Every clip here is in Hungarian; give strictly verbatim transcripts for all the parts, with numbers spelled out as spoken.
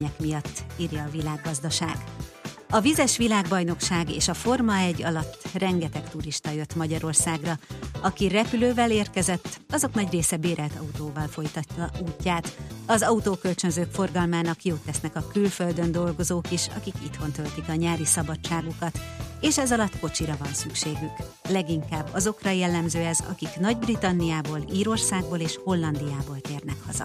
miatt, írja a Világgazdaság. A vizes világbajnokság és a Forma egy alatt rengeteg turista jött Magyarországra. Aki repülővel érkezett, azok nagy része bérelt autóval folytatta útját. Az autókölcsönzők forgalmának jót tesznek a külföldön dolgozók is, akik itthon töltik a nyári szabadságukat, és ez alatt kocsira van szükségük. Leginkább azokra jellemző ez, akik Nagy-Britanniából, Írországból és Hollandiából térnek haza.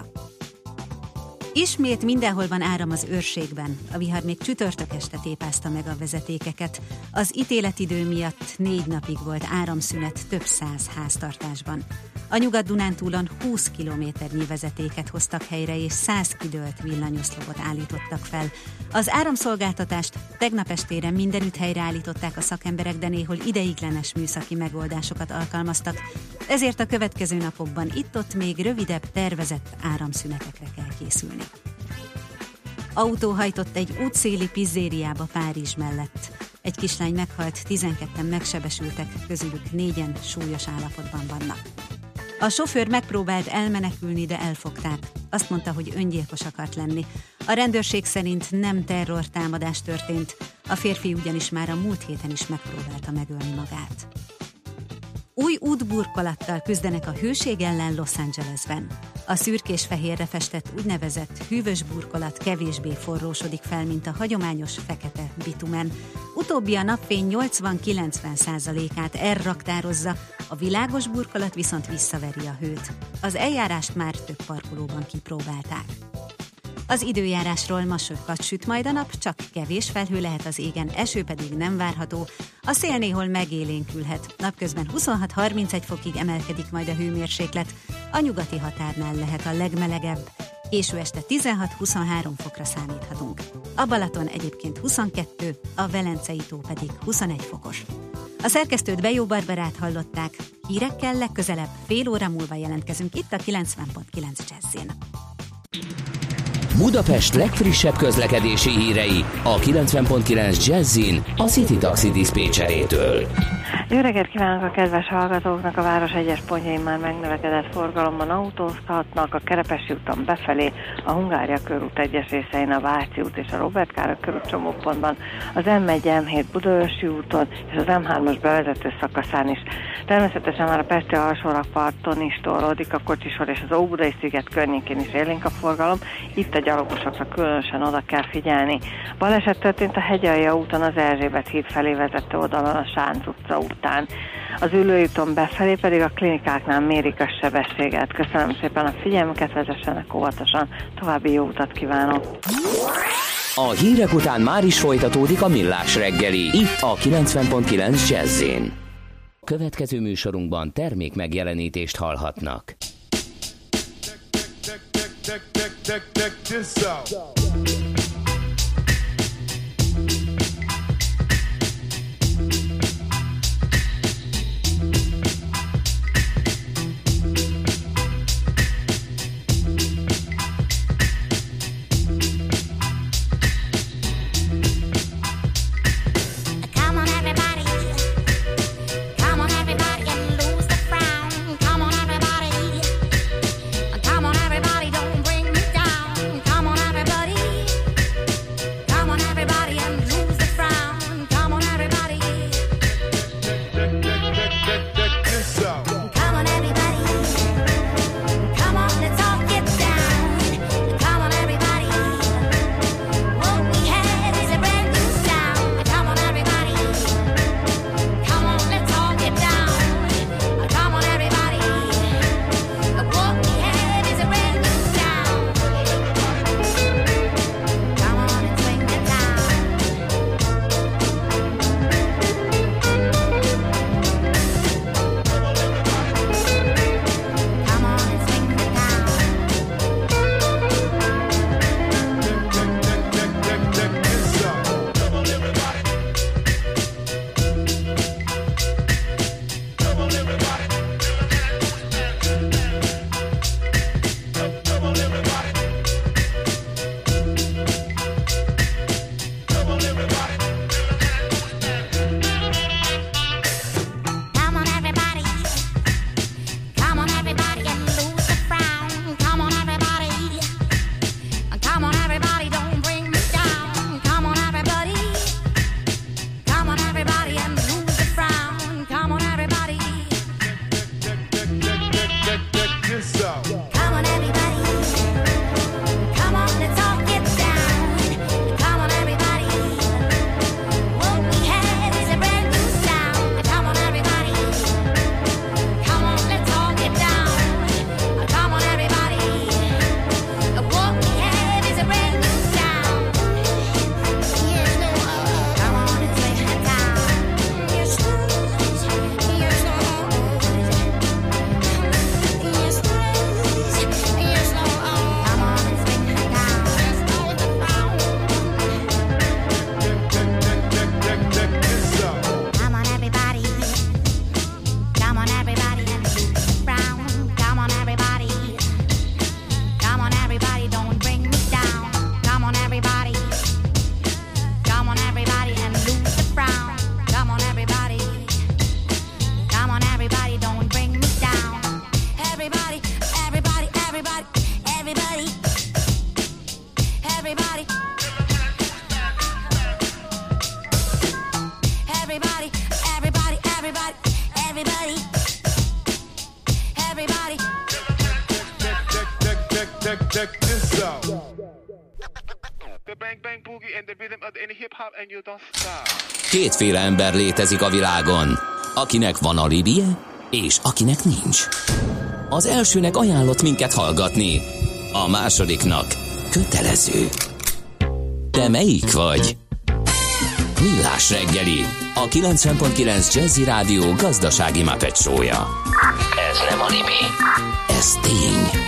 Ismét mindenhol van áram az őrségben. A vihar még csütörtök este tépázta meg a vezetékeket. Az ítéletidő miatt négy napig volt áramszünet több száz háztartásban. A Nyugat-Dunántúlon húsz kilométernyi vezetéket hoztak helyre, és száz kidőlt villanyoszlopot állítottak fel. Az áramszolgáltatást tegnap estére mindenütt helyreállították a szakemberek, de néhol ideiglenes műszaki megoldásokat alkalmaztak, ezért a következő napokban itt-ott még rövidebb, tervezett áramszünetekre kell készülni. Autó hajtott egy útszéli pizzériába Párizs mellett. Egy kislány meghalt, tizenketten megsebesültek, közülük négyen súlyos állapotban vannak. A sofőr megpróbált elmenekülni, de elfogták. Azt mondta, hogy öngyilkos akart lenni. A rendőrség szerint nem terrortámadás történt, a férfi ugyanis már a múlt héten is megpróbálta megölni magát. Új útburkolattal küzdenek a hőség ellen Los Angelesben. A szürkés-fehérre festett úgynevezett hűvös burkolat kevésbé forrósodik fel, mint a hagyományos fekete bitumen. Utóbbi a napfény nyolcvan-kilencven százalékát elraktározza, a világos burkolat viszont visszaveri a hőt. Az eljárást már több parkolóban kipróbálták. Az időjárásról: ma sokat süt majd a nap, csak kevés felhő lehet az égen, eső pedig nem várható. A szél néhol megélénkülhet. Napközben huszonhat-harmincegy fokig emelkedik majd a hőmérséklet, a nyugati határnál lehet a legmelegebb. Késő este tizenhat-huszonhárom fokra számíthatunk. A Balaton egyébként huszonkettő, a Velencei tó pedig huszonegy fokos. A szerkesztőt Bejó Barbarát hallották, hírekkel legközelebb fél óra múlva jelentkezünk itt a kilencven pont kilenc Jazzin. Budapest legfrissebb közlekedési hírei a kilencven pont kilenc Jazzin a City Taxi diszpécserétől. Jó reggelt kívánok a kedves hallgatóknak! A város egyes pontjain már megnövekedett forgalomban autózhatnak, a Kerepesi úton befelé, a Hungária körút egyes részein, a Váci út és a Róbert Károly körút csomópontban, az M egy M hét Budaörsi úton és az M hármas bevezető szakaszán is. Természetesen már a Pesti alsórakparton is torlódik a kocsisor, és az Óbudai sziget környékén is élénk a forgalom, itt a gyalogosokra különösen oda kell figyelni. Baleset történt a Hegyalja úton az Erzsébet híd felé vezető oldalon a Sánc utca után. Az Üllői úton befelé pedig a klinikáknál mérik a sebességet. Köszönöm szépen a figyelmüket, vezessenek óvatosan, további jó utat kívánok! A hírek után már is folytatódik a Millás reggeli, itt a kilencven pont kilenc Jazzin. Következő műsorunkban termék megjelenítést hallhatnak. Come on, everybody, don't bring me down. Come on, everybody. Everybody. Everybody, everybody, everybody, everybody. Everybody. Check, check, check, check, check this out. The bang bang boogie and the rhythm of any hip hop and you don't stop. Kétféle ember létezik a világon, akinek van alibije, és akinek nincs. Az elsőnek ajánlott minket hallgatni, a másodiknak kötelező. Te melyik vagy? Millás reggeli, a kilencven pont kilenc Jazzy Rádió gazdasági Muppet show-ja. Ez nem anime, ez tény.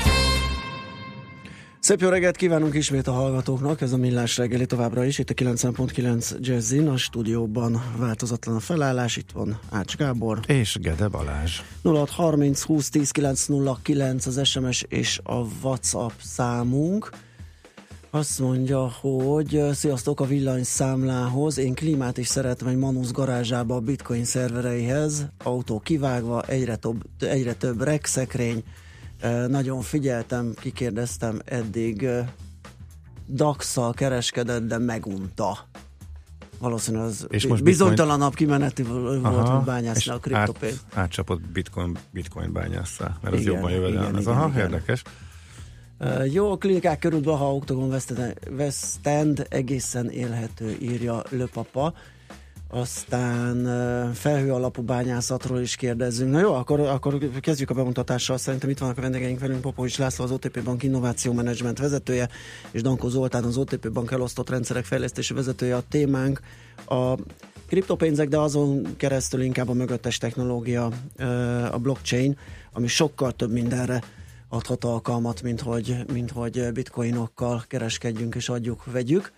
Szép jó reggelt kívánunk ismét a hallgatóknak, ez a Millás reggeli továbbra is, itt a kilencven pont kilenc Jazzin, a stúdióban változatlan a felállás, itt van Ács Gábor. És Gede Balázs. nulla hat harminc húsz tíz kilenc nulla kilenc az es em es és a WhatsApp számunk. Azt mondja, hogy sziasztok, a villanyszámlához, én klímát is szeretem egy Manus garázsába a bitcoin szervereihez, autó kivágva, egyre több, egyre több rekszekrény. Nagyon figyeltem, kikérdeztem eddig, dax-szal kereskedett, de megunta. Valószínűleg az és bizonytalanabb kimeneti volt, aha, hogy bányászni a kriptopénzt. Át, átcsapott bitcoin, bitcoin bányásszá, mert az igen, jobban jövedelmez. Ez aha, igen. Érdekes. Uh, jó, a klinikák körül Blaha Octagon West End egészen élhető, írja Löpapa. Aztán uh, felhő alapú bányászatról is kérdezzünk. Na jó, akkor, akkor kezdjük a bemutatással. Szerintem itt vannak a vendégeink velünk, Popovics László, az o té pé Bank Innováció Menedzsment vezetője, és Dankó Zoltán, az o té pé Bank elosztott rendszerek fejlesztési vezetője. A témánk a kriptopénzek, de azon keresztül inkább a mögöttes technológia, uh, a blockchain, ami sokkal több mindenre adhat alkalmat, mint hogy, mint hogy bitcoinokkal kereskedjünk és adjuk, vegyük.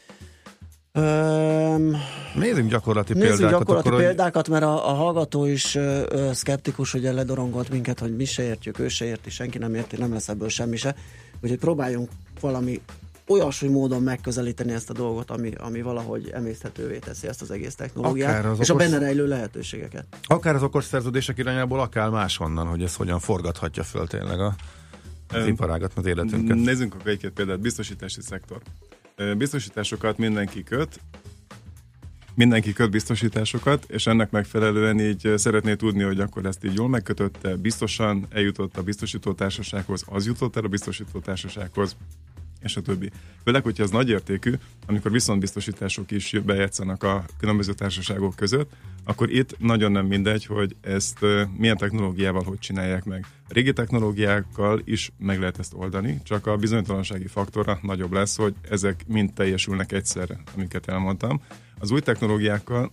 Um, nézzünk gyakorlati nézzünk példákat. gyakorlati akkor, példákat, hogy... mert a, a hallgató is ö, szkeptikus, hogy ledorongolt minket, hogy mi se értjük, ő se érti, senki nem érti, nem lesz ebből semmi se. Úgyhogy próbáljunk valami olyasmi módon megközelíteni ezt a dolgot, ami, ami valahogy emészthetővé teszi ezt az egész technológiát, és okos... a benne rejlő lehetőségeket. Akár az okos szerződések irányából, akár máshonnan, hogy ez hogyan forgathatja föl tényleg a, az iparágat, az életünket. Nézzünk akkor egy-két példát. Biztosítási szektor. Biztosításokat mindenki köt, mindenki köt biztosításokat, és ennek megfelelően így szeretné tudni, hogy akkor ezt így jól megkötötte, biztosan eljutott a biztosítótársasághoz, az jutott el a biztosítótársasághoz, és a többi. Főleg, hogyha ez nagy értékű, amikor viszontbiztosítások is bejátszanak a különböző társaságok között, akkor itt nagyon nem mindegy, hogy ezt milyen technológiával hogy csinálják meg. A régi technológiákkal is meg lehet ezt oldani, csak a bizonytalansági faktora nagyobb lesz, hogy ezek mind teljesülnek egyszerre, amiket elmondtam. Az új technológiákkal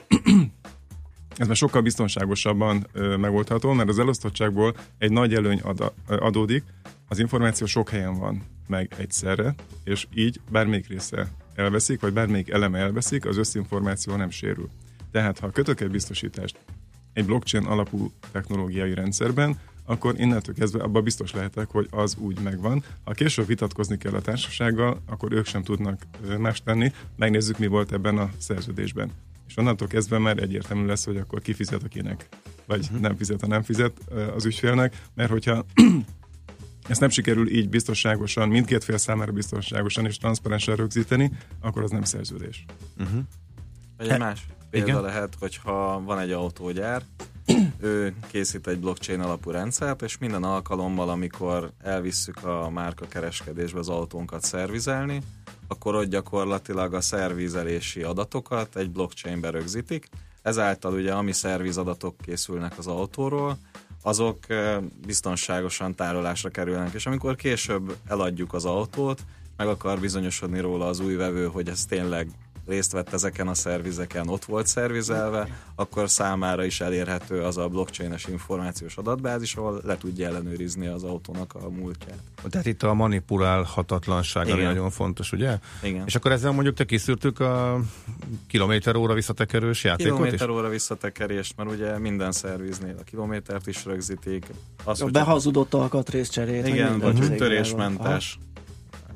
ez már sokkal biztonságosabban ö, megoldható, mert az elosztottságból egy nagy előny ad, adódik, az információ sok helyen van meg egyszerre, és így bármelyik része elveszik, vagy bármelyik eleme elveszik, az összinformáció nem sérül. Tehát, ha kötök egy biztosítást egy blockchain alapú technológiai rendszerben, akkor innentől kezdve abban biztos lehetek, hogy az úgy megvan. Ha később vitatkozni kell a társasággal, akkor ők sem tudnak más tenni. Megnézzük, mi volt ebben a szerződésben. És onnantól kezdve már egyértelmű lesz, hogy akkor ki fizet akinek, vagy uh-huh. nem fizet, ha nem fizet az ügyfélnek, mert hogyha ezt nem sikerül így biztonságosan, mindkét fél számára biztonságosan és transzparensen rögzíteni, akkor az nem szerződés. Uh-huh. Vagy egy más példa igen? lehet, hogyha van egy autógyár, ő készít egy blockchain alapú rendszert, és minden alkalommal, amikor elvisszük a márka kereskedésbe az autónkat szervizelni, akkor ott gyakorlatilag a szervizelési adatokat egy blockchainbe rögzítik. Ezáltal ugye ami szervizadatok készülnek az autóról, azok biztonságosan tárolásra kerülnek, és amikor később eladjuk az autót, meg akar bizonyosodni róla az új vevő, hogy ez tényleg részt vett ezeken a szervizeken, ott volt szervizelve, akkor számára is elérhető az a blockchain-es információs adatbázis, ahol le tudja ellenőrizni az autónak a múltját. Tehát itt a manipulálhatatlanság ami nagyon fontos, ugye? Igen. És akkor ezzel mondjuk te kiszűrtük a kilométer óra visszatekerős játékot kilométer is? óra visszatekerést, mert ugye minden szerviznél a kilométert is rögzítik. Az, a behazudott alkatrészcserét. Igen, vagy uh-huh. törésmentes.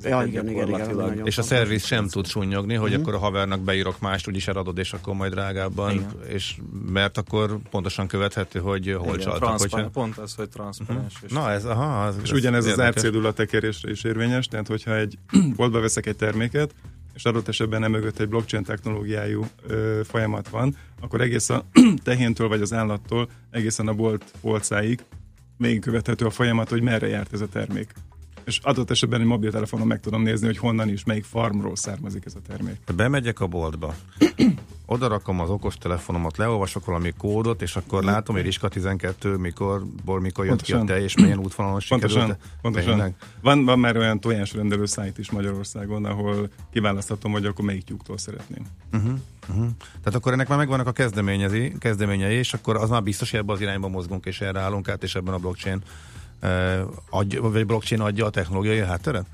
Ja, igen, igen, igen, és a szerviz sem tud sunnyogni, hogy uh-huh. akkor a havernak beírok mást, úgyis eladod, és akkor majd drágábban, és mert akkor pontosan követhető, hogy hol igen, csaltak. Hogyha... Pont az, hogy transzparens. Uh-huh. Na ez, aha. Az, és ez ugyanez az árcédula tekérésre is érvényes, tehát hogyha egy boltba veszek egy terméket, és adott esetben emögött egy blockchain technológiájú ö, folyamat van, akkor egész a tehéntől vagy az állattól egészen a bolt polcáig végigkövethető a folyamat, hogy merre járt ez a termék. És adott esetben egy mobiltelefonon meg tudom nézni, hogy honnan is, melyik farmról származik ez a termék. Bemegyek a boltba, oda rakom az okostelefonomat, leolvasok valami kódot, és akkor látom, hogy Riska tizenkettő, mikor, mikor jött pontosan. Ki a tej, és milyen útvonalon sikerült. Pontosan, pontosan. Van, van már olyan tojásrendelő szájt is Magyarországon, ahol kiválaszthatom, hogy akkor melyik tyúktól szeretném. Uh-huh, uh-huh. Tehát akkor ennek már megvannak a kezdeményezi, kezdeményei, és akkor az már biztos, hogy ebben az irányban mozgunk, és erre állunk át, és ebben a blockchain uh, adja, vagy blockchain adja a technológiai hátteret?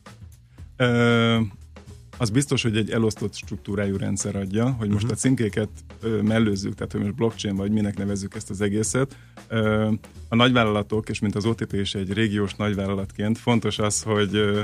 Uh, az biztos, hogy egy elosztott struktúrájú rendszer adja, hogy most uh-huh. a címkéket ö, mellőzzük, tehát hogy most blockchain, vagy minek nevezzük ezt az egészet. Ö, a nagyvállalatok, és mint az o té pé is egy régiós nagyvállalatként fontos az, hogy ö,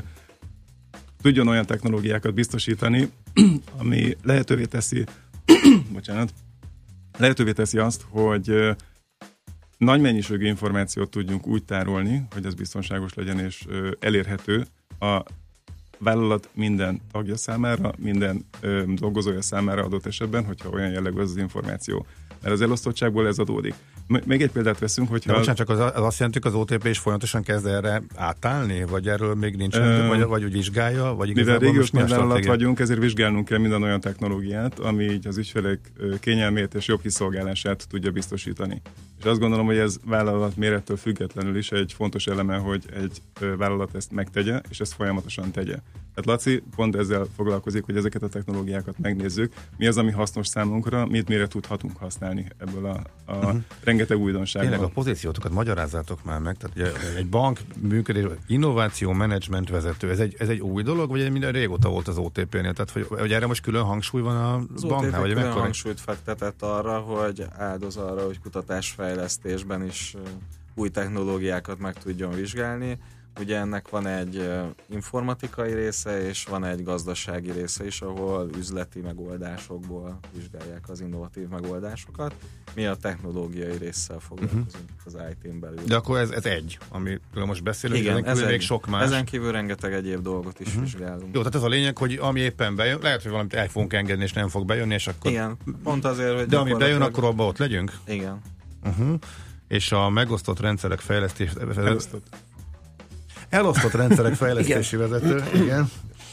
tudjon olyan technológiákat biztosítani, ami lehetővé teszi, bocsánat, lehetővé teszi azt, hogy ö, nagy mennyiségű információt tudjunk úgy tárolni, hogy ez biztonságos legyen és ö, elérhető a vállalat minden tagja számára, minden ö, dolgozója számára adott esetben, hogyha olyan jellegű az az információ. Mert az elosztottságból ez adódik. M- még egy példát veszünk, hogyha... De bocsánat, csak az, az azt jelenti, hogy az o té pé is folyamatosan kezd erre átállni? Vagy erről még nincsen? Ö, vagy, vagy úgy vizsgálja? Vagy mivel régiós nagyvállalat vagyunk, ezért vizsgálnunk kell minden olyan technológiát, ami így az ügyfelek kényelmét és jobb kiszolgálását tudja biztosítani. És azt gondolom, hogy ez vállalat mérettől függetlenül is egy fontos eleme, hogy egy vállalat ezt megtegye, és ezt folyamatosan tegye. Tehát Laci pont ezzel foglalkozik, hogy ezeket a technológiákat megnézzük, mi az, ami hasznos számunkra, mit mire tudhatunk használni ebből a, a uh-huh. rengeteg újdonságból. Tényleg a pozíciótokat magyarázzátok már meg, tehát ugye egy bank működés, innováció, menedzsment vezető, ez egy, ez egy új dolog, vagy minden régóta volt az o té pénél? Tehát hogy, hogy erre most külön hangsúly van a az banknál? Vagy külön hangsúlyt fektetett arra, hogy áldoz arra, hogy kutatásfejlesztésben is új technológiákat meg tudjon vizsgálni. Ugye ennek van egy uh, informatikai része, és van egy gazdasági része is, ahol üzleti megoldásokból vizsgálják az innovatív megoldásokat. Mi a technológiai résszel foglalkozunk uh-huh. az í tén belül. De akkor ez, ez egy, amiről most beszélünk, igen, ezen kívül még sok más. Ezen kívül rengeteg egyéb dolgot is uh-huh. vizsgálunk. Jó, tehát ez a lényeg, hogy ami éppen bejön, lehet, hogy valamit el fogunk engedni, és nem fog bejönni, és akkor... Igen, pont azért, hogy... De ami bejön, akkor abban ott legyünk? Igen. Uh-huh. És a megosztott rendszerek fejlesztés... Elosztott. Elosztott rendszerek fejlesztési vezető, igen.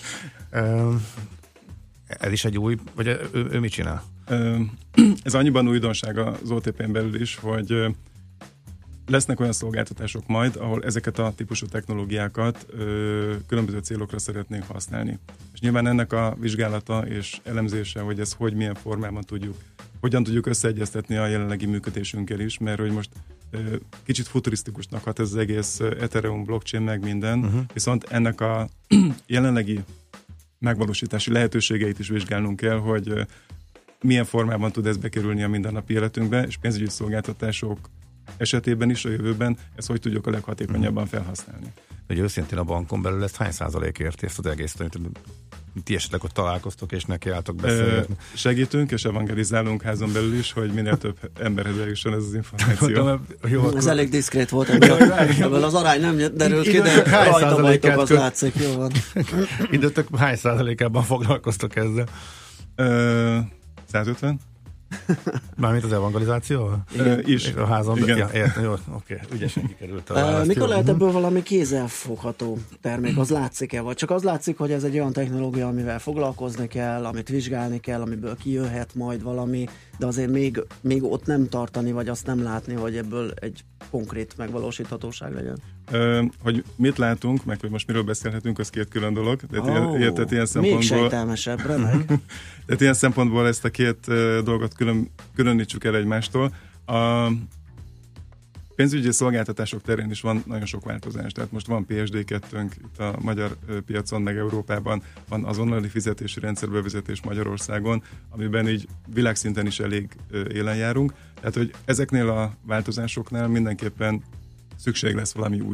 Ez is egy új, vagy ő, ő mit csinál? Ez annyiban újdonság az o té pén belül is, hogy lesznek olyan szolgáltatások majd, ahol ezeket a típusú technológiákat különböző célokra szeretnénk használni. És nyilván ennek a vizsgálata és elemzése, hogy ez hogy milyen formában tudjuk, hogyan tudjuk összeegyeztetni a jelenlegi működésünkkel is, mert hogy most kicsit futurisztikusnak hat ez az egész Ethereum, blockchain, meg minden, uh-huh. viszont ennek a jelenlegi megvalósítási lehetőségeit is vizsgálnunk kell, hogy milyen formában tud ez bekerülni a mindennapi életünkbe, és pénzügyi szolgáltatások esetében is a jövőben ezt hogy tudjuk a leghatékonyabban felhasználni. Hogy őszintén a bankon belül ezt hány százalék érti ezt az egészet, amit ti esetleg ott találkoztok, és nekiálltok beszélgetni? Segítünk, és evangelizálunk házon belül is, hogy minél több emberhez eljusson ez az információ. Jó, ez elég diszkrét volt, ebből az arány nem derül ki, de rajta vagytok, az látszik, jó van. Időtök hány százalékában foglalkoztok ezzel? százötven Mármint az evangelizációval? Igen. Is. A házon igen. Ja, értem, jó, oké, ügyesen kikerült a választ. Mikor lehet ebből valami kézzelfogható termék? Az látszik-e? Vagy csak az látszik, hogy ez egy olyan technológia, amivel foglalkozni kell, amit vizsgálni kell, amiből kijöhet majd valami, de azért még, még ott nem tartani, vagy azt nem látni, hogy ebből egy konkrét megvalósíthatóság legyen? Ö, hogy mit látunk, meg hogy most miről beszélhetünk, az két külön dolog. Tehát oh, ilyen, tehát ilyen szempontból, még sejtelmesebb, remek. Tehát ilyen szempontból ezt a két uh, dolgot külön, különítsük el egymástól. A pénzügyi szolgáltatások terén is van nagyon sok változás. Tehát most van pé es dé kettőnk itt a magyar uh, piacon, meg Európában, van azonnali fizetési rendszerbevezetés Magyarországon, amiben így világszinten is elég uh, élen járunk. Tehát, hogy ezeknél a változásoknál mindenképpen szükség lesz valami újra.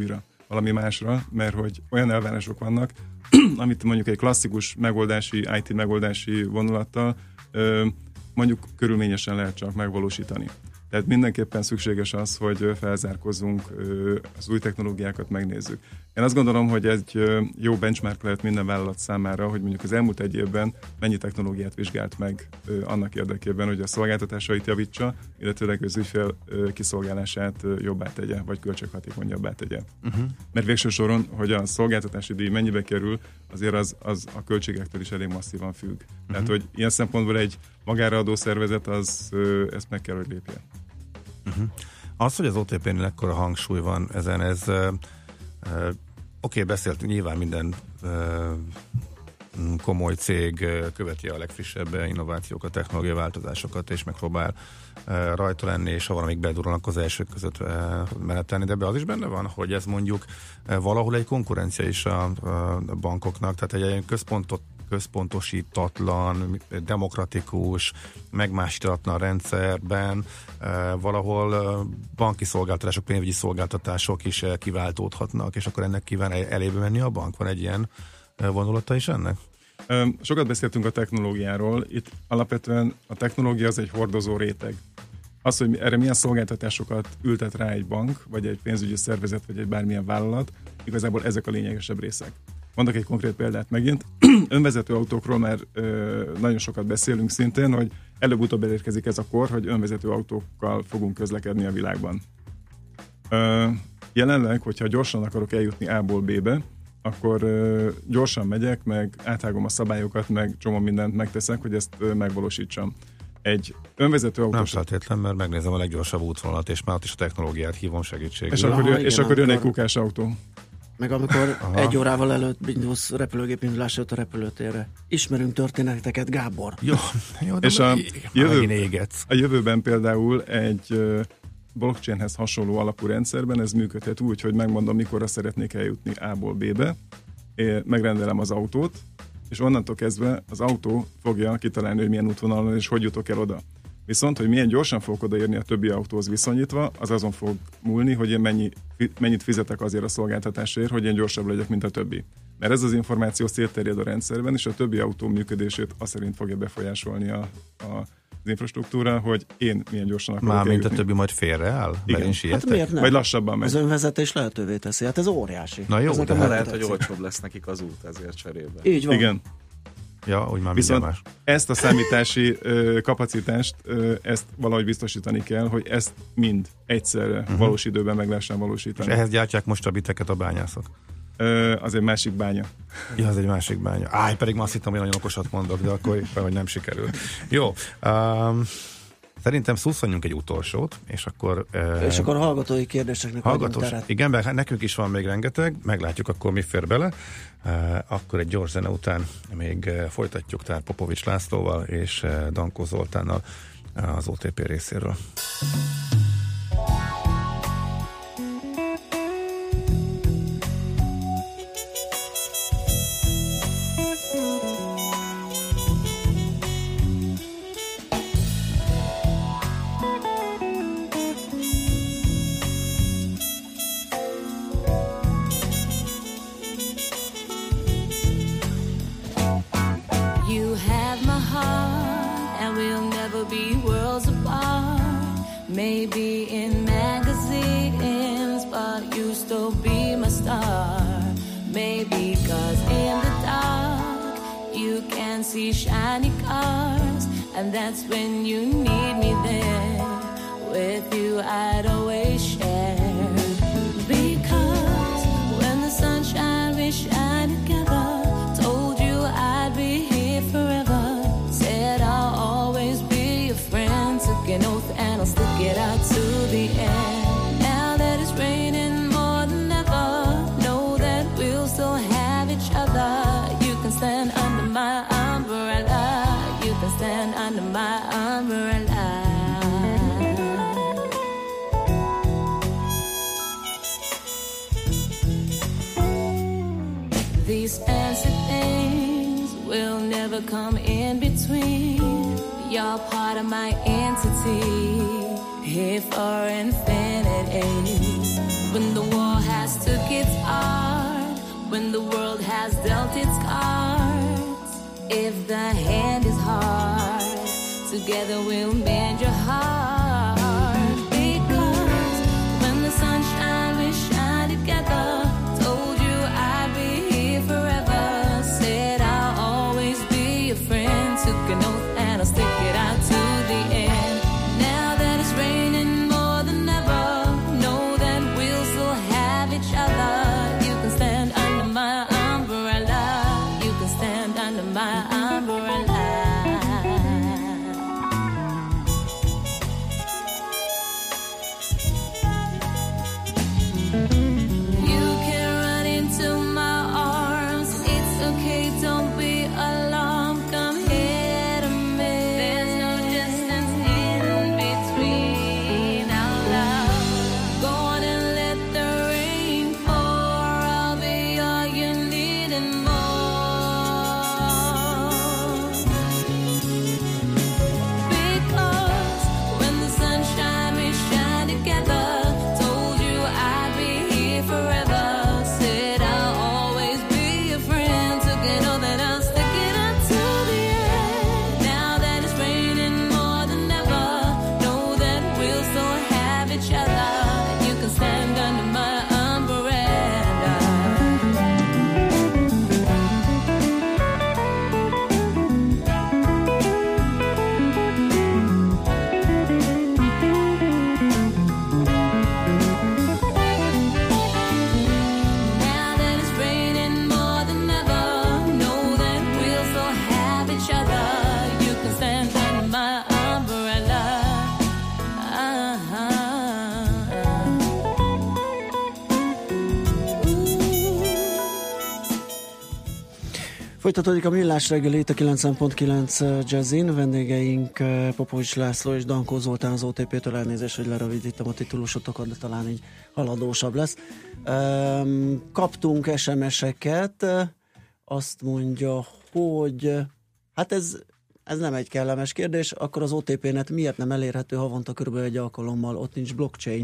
valami másra, mert hogy olyan elvárások vannak, amit mondjuk egy klasszikus megoldási, i té megoldási vonulattal mondjuk körülményesen lehet csak megvalósítani. Tehát mindenképpen szükséges az, hogy felzárkozzunk, az új technológiákat megnézzük. Én azt gondolom, hogy egy jó benchmark lehet minden vállalat számára, hogy mondjuk az elmúlt egy évben mennyi technológiát vizsgált meg annak érdekében, hogy a szolgáltatásait javítsa, illetőleg az ügyfél kiszolgálását jobbá tegye, vagy költséghatékonyabbá tegye. Uh-huh. Mert végső soron, hogy a szolgáltatási díj mennyibe kerül, azért az, az a költségektől is elég masszívan függ. Uh-huh. Tehát, hogy ilyen szempontból egy magára adó szervezet, az ezt meg kell, hogy lépje. Uh-huh. Az, hogy az o té pé-nél ekkora hangsúly van ezen, ez uh, uh, oké, okay, beszéltünk, nyilván minden uh, komoly cég uh, követi a legfrissebb innovációkat, technológiai változásokat, és megpróbál uh, rajta lenni, és ha valamik bedurulnak az elsők között uh, menetelni, de ebben az is benne van, hogy ez mondjuk uh, valahol egy konkurencia is a, a bankoknak, tehát egy, egy központot központosítatlan, demokratikus, megmásítatlan rendszerben eh, valahol eh, banki szolgáltatások, pénzügyi szolgáltatások is eh, kiváltódhatnak, és akkor ennek kíván elébe menni a bank? Van egy ilyen eh, vonulata is ennek? Sokat beszéltünk a technológiáról. Itt alapvetően a technológia az egy hordozó réteg. Az, hogy erre milyen szolgáltatásokat ültet rá egy bank, vagy egy pénzügyi szervezet, vagy egy bármilyen vállalat, igazából ezek a lényegesebb részek. Mondok egy konkrét példát megint. Önvezető autókról már ö, nagyon sokat beszélünk szintén, hogy előbb-utóbb elérkezik ez a kor, hogy önvezető autókkal fogunk közlekedni a világban. Ö, jelenleg, hogyha gyorsan akarok eljutni A-ból B-be, akkor ö, gyorsan megyek, meg áthágom a szabályokat, meg csomó mindent megteszek, hogy ezt ö, megvalósítsam. Egy önvezető autós... Nem feltétlen, mert megnézem a leggyorsabb útvonalat, és már ott is a technológiát hívom segítségül. És akkor, jön, és akkor jön egy kukás autó. Meg amikor Aha. egy órával előtt indulsz repülőgépindulás előtt a repülőtérre. Ismerünk történeteket, Gábor. Jó, jó de és a, jövő, a jövőben például egy blockchainhez hasonló alapú rendszerben ez működhet úgy, hogy megmondom, mikorra szeretnék eljutni A-ból B-be, megrendelem az autót, és onnantól kezdve az autó fogja kitalálni, hogy milyen útvonalon és hogy jutok el oda. Viszont, hogy milyen gyorsan fogok odaérni a többi autóhoz viszonyítva, az azon fog múlni, hogy én mennyi, mennyit fizetek azért a szolgáltatásért, hogy én gyorsabb legyek, mint a többi. Mert ez az információ szétterjed a rendszerben, és a többi autó működését azt szerint fogja befolyásolni a, a, az infrastruktúra, hogy én milyen gyorsan akarok Már eljutni. mint a többi majd félreáll? Igen. Hát miért nem? Vagy lassabban megy. Az önvezetés lehetővé teszi, hát ez óriási. Na jó, de lehet, hogy olcsóbb lesz nekik az út ezért cserébe. Így van. Igen. Ja, úgy már viszont más. Ezt a számítási ö, kapacitást, ö, ezt valahogy biztosítani kell, hogy ezt mind egyszerre uh-huh. valós időben meg lehessen valósítani. És ehhez gyártják most a biteket a bányászok? Ö, az egy másik bánya. Ja, az egy másik bánya. Áj, pedig ma azt hittem, hogy nagyon okosat mondok, de akkor éppen, hogy nem sikerült. Jó. Um, Szerintem szusszonjunk egy utolsót, és akkor... Uh, és akkor hallgatói kérdéseknek hallgatós, igen, mert nekünk is van még rengeteg, meglátjuk akkor mi fér bele. Uh, akkor egy gyors zene után még uh, folytatjuk tehát Popovics Lászlóval és uh, Dankó Zoltánnal uh, az o té pé részéről. Maybe in magazines, but you still be my star. Maybe cause in the dark you can see shiny cars, and that's when you need me there. With you I'd always share. Because when the sunshine we shine together, told you I'd be here forever. Said I'll always be your friend, took an oath and I'll stick it out to the end. Now that it's raining more than ever, know that we'll still have each other. You can stand under my umbrella, you can stand under my umbrella. These fancy things will never come in between. You're part of my entity, here for infinity. When the war has to took its part when the world has dealt its cards. If the hand is hard, together we'll mend your heart. Because when the sunshine we shine together, told you I'd be here forever, said I'll always be your friend, took an oath and I'll stick it out to the end. Now that it's raining more than ever, know that we'll still have each other. You can stand under my umbrella, you can stand under my umbrella. You can run into my arms, it's okay, don't be alarmed, come here to me. There's no distance in between our love. Go on and let the rain pour, I'll be all you need and more. Because when the sunshine we shine together, told you I'd be here forever, said I'll always be your friend, took an oath that I'll stick it out to the end. Now that it's raining more than ever, know that we'll still have each other. You can stand under my umbrella. Now that it's raining more than ever, know that we'll still have each other. You can stand under my umbrella. Uh-huh. Folytatódik a Millás reggeli itt a kilencven pont kilenc Jazzin. Vendégeink eh, Popovics László és Dankó Zoltán az o té pé-től, elnézést, hogy lerövidítem a titulusotokat, de talán így haladósabb lesz. Ehm, Kaptunk es em es-eket, eh, azt mondja, hogy eh, hát ez, ez nem egy kellemes kérdés, akkor az o té pé-net miért nem elérhető havonta körülbelül egy alkalommal, ott nincs blockchain?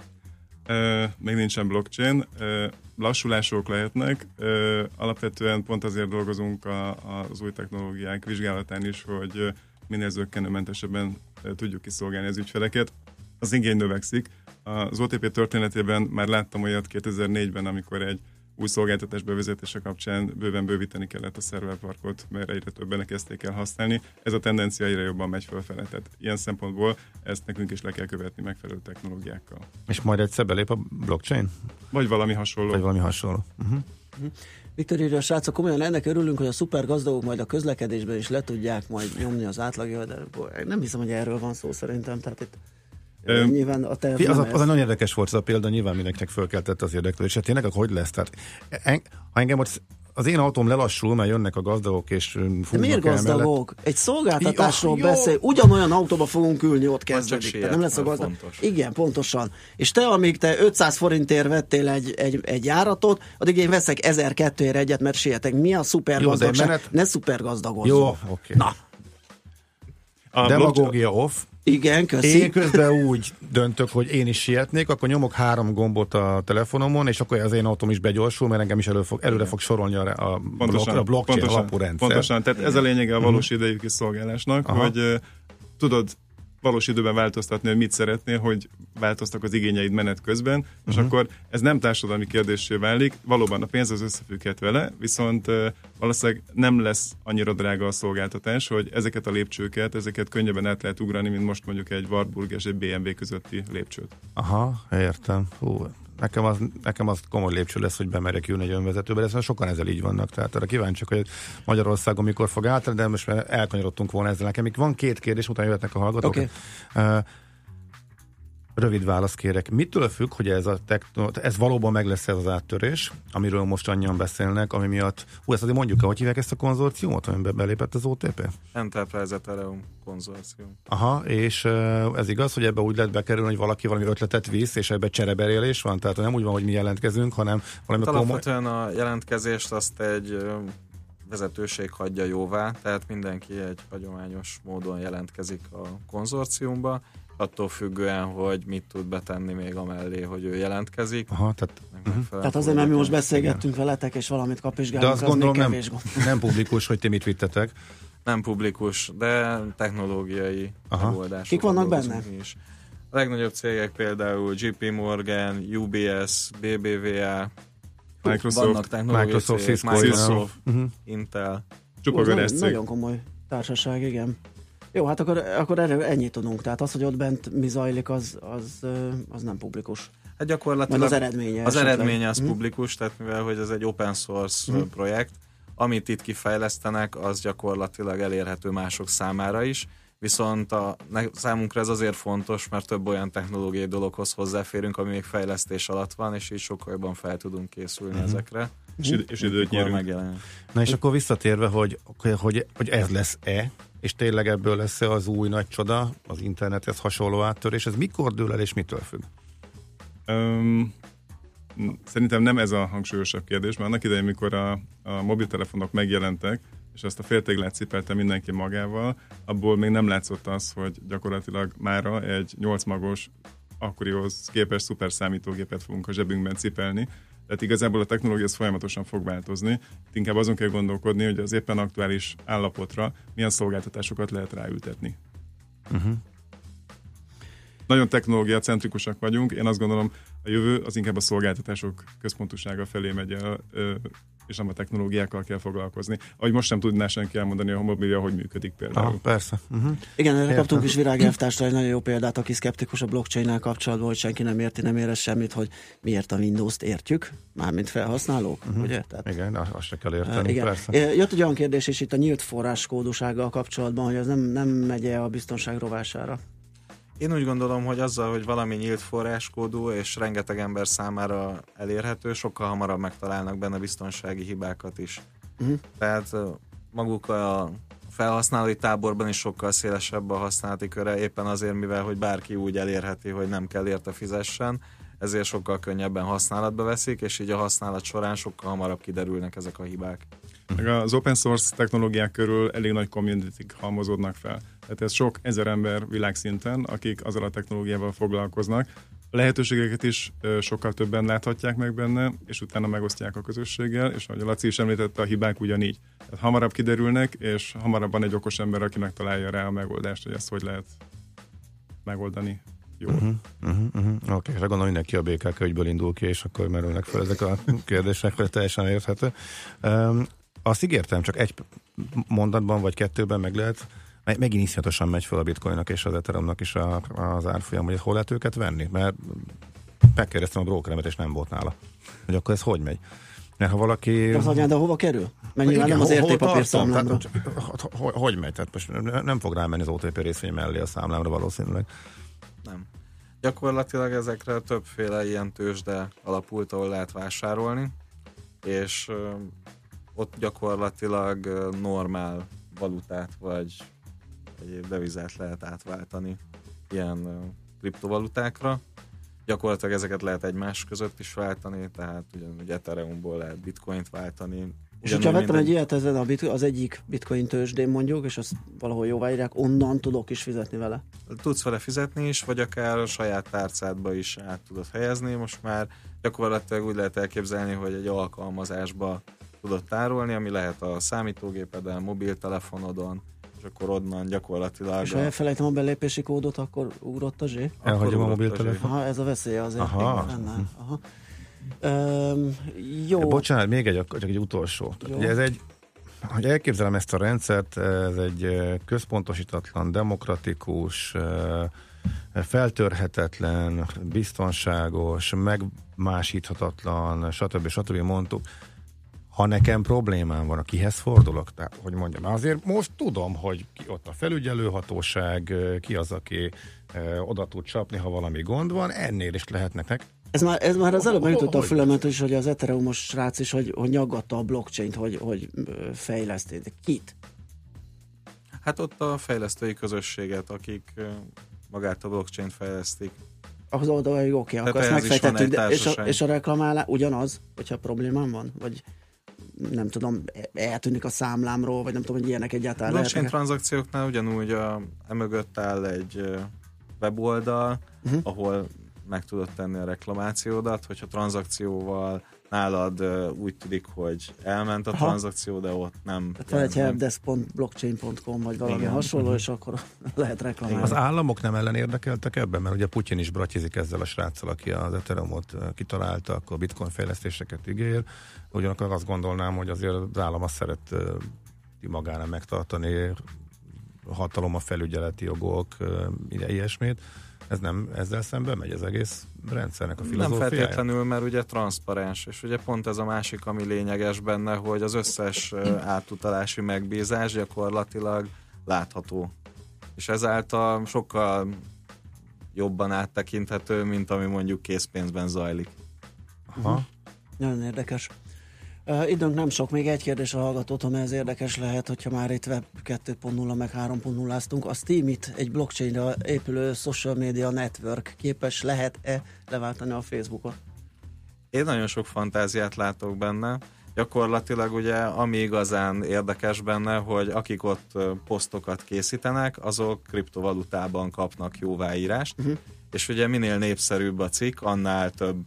Ö, még nincsen blockchain, ö, lassulások lehetnek, ö, alapvetően pont azért dolgozunk a, az új technológiák vizsgálatán is, hogy ö, minél zökkenőmentesebben ö, tudjuk kiszolgálni az ügyfeleket. Az igény növekszik. Az o té pé történetében már láttam olyat kétezer-négyben, amikor egy új szolgáltatás bevezetése kapcsán bőven bővíteni kellett a szerverparkot, mert egyre többen kezdték el használni. Ez a tendencia egyre jobban megy fölfele. Tehát ilyen szempontból ezt nekünk is le kell követni megfelelő technológiákkal. És majd egyszer belép a blockchain? Vagy valami hasonló. Vagy valami hasonló. Uh-huh. Uh-huh. Viktor írja, srácok, komolyan ennek örülünk, hogy a szuper gazdagok majd a közlekedésben is le tudják majd nyomni az átlagjavadat. Nem hiszem, hogy erről van szó szerintem. Tehát itt Öm, nyilván a terv az, az, az nagyon érdekes volt az a példa, nyilván mindenkinek fölkeltett az érdeklődését. Tényleg, akkor hogy lesz? Tehát, en, ha engem ott az én autóm lelassul, mert jönnek a gazdagok, és fognak el. Miért gazdagok? Mellett. Egy szolgáltatásról jó, beszél, jó. Ugyanolyan autóba fogunk ülni, ott kezdődik. siet, Nem lesz a gazdag. fontos. Igen, pontosan. És te, amíg te ötszáz forintért vettél egy, egy, egy járatot, addig én veszek ezerkétszázért egyet, mert sietek. Mi a szuper Jó, gazdagság? menet... Ne szuper gazdagozzon. Jó, oké. Okay. Na. A Demagógia off. Igen, köszi. Én közben úgy döntök, hogy én is sietnék, akkor nyomok három gombot a telefonomon, és akkor az én autóm is begyorsul, mert engem is elő fog, előre fog sorolni a, a, pontosan, blok, a blockchain pontosan, alapú rendszer. Pontosan, tehát ez a lényege a valós idejű kiszolgálásnak, Aha. hogy uh, tudod valós időben változtatni, hogy mit szeretnél, hogy változtak az igényeid menet közben, uh-huh. és akkor ez nem társadalmi kérdéssé válik, valóban a pénz az összefügghet vele, viszont uh, valószínűleg nem lesz annyira drága a szolgáltatás, hogy ezeket a lépcsőket, ezeket könnyebben át lehet ugrani, mint most mondjuk egy Warburg és egy bé em vé közötti lépcsőt. Aha, értem. Hú, nekem az, nekem az komoly lépcső lesz, hogy bemerjek ülni egy önvezetőbe, de sokan ezzel így vannak, tehát arra kíváncsiak, hogy Magyarországon mikor fog átállni, de most már elkanyarodtunk volna ezzel. Nekem még van két kérdés, utána jöhetnek a hallgatók. Okay. Uh, Rövid választ kérek. Mitől függ, hogy ez, a techno, ez valóban meg lesz ez az áttörés, amiről most annyian beszélnek, ami miatt, hú, ezt azért mondjuk el, hogy hívják ezt a konzorciumot, amiben belépett az o té pé? Enterprise Ethereum konzorcium. Aha, és ez igaz, hogy ebbe úgy lehet bekerülni, hogy valaki valami ötletet visz, és ebbe csereberélés van? Tehát nem úgy van, hogy mi jelentkezünk, hanem valami hát komoly... alapvetően a jelentkezést azt egy vezetőség hagyja jóvá, tehát mindenki egy hagyományos módon jelentkezik a konzorciumba, attól függően, hogy mit tud betenni még amellé, hogy ő jelentkezik. Aha, tehát, uh-huh. tehát azért, mert mi most beszélgettünk igen. veletek, és valamit kapizsgálunk, de azt az gondolom, még nem, kevés gond. Nem publikus, hogy ti mit vittetek. Nem publikus, de technológiai megoldások. Kik vannak benne? Is. A legnagyobb cégek például jé pé Morgan, u bé es, bé bé vé á, Microsoft, vannak technológiai Microsoft, cégek, Cisco, Microsoft, uh-huh. Intel. Nagyon, nagyon komoly társaság, igen. Jó, hát akkor, akkor erre ennyit tudunk. Tehát az, hogy ott bent mi zajlik, az, az, az nem publikus. Hát gyakorlatilag az eredménye. Az esetleg. eredménye az hmm. publikus, tehát mivel hogy ez egy open source hmm. projekt, amit itt kifejlesztenek, az gyakorlatilag elérhető mások számára is, viszont a, számunkra ez azért fontos, mert több olyan technológiai dologhoz hozzáférünk, ami még fejlesztés alatt van, és így sokkal jobban fel tudunk készülni hmm. ezekre. És, id- és időt nyerünk. Na és akkor visszatérve, hogy, hogy, hogy ez lesz-e, és tényleg ebből lesz-e az új nagy csoda, az internethez hasonló áttörés, ez mikor dől el és mitől függ? Um, szerintem nem ez a hangsúlyosabb kérdés, mert annak idején, mikor a, a mobiltelefonok megjelentek, és ezt a féltéglát cipelte mindenki magával, abból még nem látszott az, hogy gyakorlatilag mára egy nyolc magos, akkorihoz képest szuper számítógépet fogunk a zsebünkben cipelni. Tehát igazából a technológia az folyamatosan fog változni. Itt inkább azon kell gondolkodni, hogy az éppen aktuális állapotra milyen szolgáltatásokat lehet ráültetni. Uh-huh. Nagyon technológiacentrikusak vagyunk. Én azt gondolom, a jövő az inkább a szolgáltatások központúsága felé megy el, és nem a technológiákkal kell foglalkozni. Ahogy most sem tudná senki elmondani, a mobilja hogy működik például. Ah, persze. Uh-huh. Igen, erre kaptunk is Virág elvtársra egy nagyon jó példát, aki szkeptikus a blockchain-nel kapcsolatban, hogy senki nem érti, nem érez semmit, hogy miért a Windows-t értjük, mármint felhasználók, uh-huh. ugye? Tehát, igen, azt se kell érteni, igen. persze. Jött egy olyan kérdés is itt a nyílt forráskódúsággal kapcsolatban, hogy az nem, nem megy-e a biztonság rovására? Én úgy gondolom, hogy azzal, hogy valami nyílt forráskódú és rengeteg ember számára elérhető, sokkal hamarabb megtalálnak benne biztonsági hibákat is. Uh-huh. Tehát maguk a felhasználói táborban is sokkal szélesebb a használati köre, éppen azért, mivel hogy bárki úgy elérheti, hogy nem kell érte fizessen, ezért sokkal könnyebben használatba veszik, és így a használat során sokkal hamarabb kiderülnek ezek a hibák. Meg az open source technológiák körül elég nagy community-k halmozódnak fel. Tehát ez sok ezer ember világszinten, akik azzal a technológiával foglalkoznak. A lehetőségeket is sokkal többen láthatják meg benne, és utána megosztják a közösséggel, és ahogy a Laci is említette, a hibák ugyanígy. Tehát hamarabb kiderülnek, és hamarabb van egy okos ember, aki megtalálja rá a megoldást, hogy ezt hogy lehet megoldani jól. Uh-huh, uh-huh, uh-huh. Oké, okay, és gondolom mindenki a bé ká könyvből indul ki, és akkor merülnek fel ezek a kérdések, hogy teljesen érthető. Um, azt ígértem, csak egy mondatban vagy kettőben meg lehet, megint iszonyatosan megy fel a bitcoinnak és az ethereumnak is a, az árfolyam, hogy hol lehet őket venni, mert megkérdeztem a brokeremet, és nem volt nála. Hogy akkor ez hogy megy? Mert ha valaki... Az anyád, de hova kerül? Mennyire nem az értékpapír számlámra? Hogy megy? Tehát most nem fog rámenni az o té pé részvény mellé a számlámra valószínűleg. Nem. Gyakorlatilag ezekre többféle ilyen tőzsde alapult, ahol lehet vásárolni, és ö, ott gyakorlatilag ö, normál valutát vagy egyéb devizát lehet átváltani ilyen ö, kriptovalutákra. Gyakorlatilag ezeket lehet egymás között is váltani, tehát ugyanúgy Ethereumból lehet bitcoint váltani. És hogyha vettem egy ilyet ezen a bit- az egyik bitcoin tőzsdén mondjuk, és azt valahol jóváírják, onnan tudok is fizetni vele? Tudsz vele fizetni is, vagy akár a saját tárcádba is át tudod helyezni. Most már gyakorlatilag úgy lehet elképzelni, hogy egy alkalmazásba tudod tárolni, ami lehet a számítógépeden, mobiltelefonodon, és akkor onnan gyakorlatilag... És ha elfelejtem a belépési kódot, akkor ugrott a zsé? Elhagyom a mobiltelefon. Aha, ez a veszélye azért. Aha. Aha. Um, jó. Bocsánat, még egy, csak egy utolsó. Ugye ez egy, hogy elképzelem ezt a rendszert, ez egy központosítatlan, demokratikus, feltörhetetlen, biztonságos, megmásíthatatlan, stb. stb. Mondtuk. Ha nekem problémám van, kihez fordulok? Tehát, hogy mondjam, azért most tudom, hogy ki ott a felügyelőhatóság, ki az, aki oda tud csapni, ha valami gond van, ennél is lehetnek nek. Ez már, ez már az előbb megütött a fülemet is, hogy az Ethereumos srác is, hogy, hogy nyaggatta a blockchain-t, hogy, hogy fejleszték. De kit? Hát ott a fejlesztői közösséget, akik magát a blockchain-t fejlesztik. Ahhoz oda, hogy oké, akkor ezt megfejtettük, de és a, és a reklamálás ugyanaz, hogyha problémám van? Vagy nem tudom, eltűnik a számlámról, vagy nem tudom, hogy ilyenek egyáltalán blockchain lehetnek. tranzakcióknál ugyanúgy a, emögött áll egy weboldal, uh-huh. ahol meg tudod tenni a reklamációdat, hogyha tranzakcióval nálad uh, úgy tudik, hogy elment a Aha. tranzakció, de ott nem. Tehát van egy helpdesk pont blockchain pont com vagy valami Igen. hasonló, és akkor lehet reklamálni. Az államok nem ellen érdekeltek ebben? Mert ugye Putyin is bratyizik ezzel a sráccal, aki az Ethereumot kitalálta, akkor a bitcoin fejlesztéseket ígér. Ugyanakkor azt gondolnám, hogy azért az állam azt szeret magára megtartani, hatalom, a felügyeleti jogok, ilyesmit. Ez nem ezzel szemben megy az egész rendszernek a filozófiája? Nem feltétlenül, mert ugye transzparens, és ugye pont ez a másik, ami lényeges benne, hogy az összes átutalási megbízás gyakorlatilag látható. És ezáltal sokkal jobban áttekinthető, mint ami mondjuk készpénzben zajlik. Aha. Uh-huh. Nagyon érdekes. Uh, időnk nem sok, még egy kérdés a hallgatótól, mert ez érdekes lehet, hogyha már itt web kettő pont nulla meg három pont nulláztunk. A Steemit, egy blockchainra épülő social media network képes lehet-e leváltani a Facebookot? Én nagyon sok fantáziát látok benne. Gyakorlatilag ugye ami igazán érdekes benne, hogy akik ott posztokat készítenek, azok kriptovalutában kapnak jóváírást, uh-huh. és ugye minél népszerűbb a cikk, annál több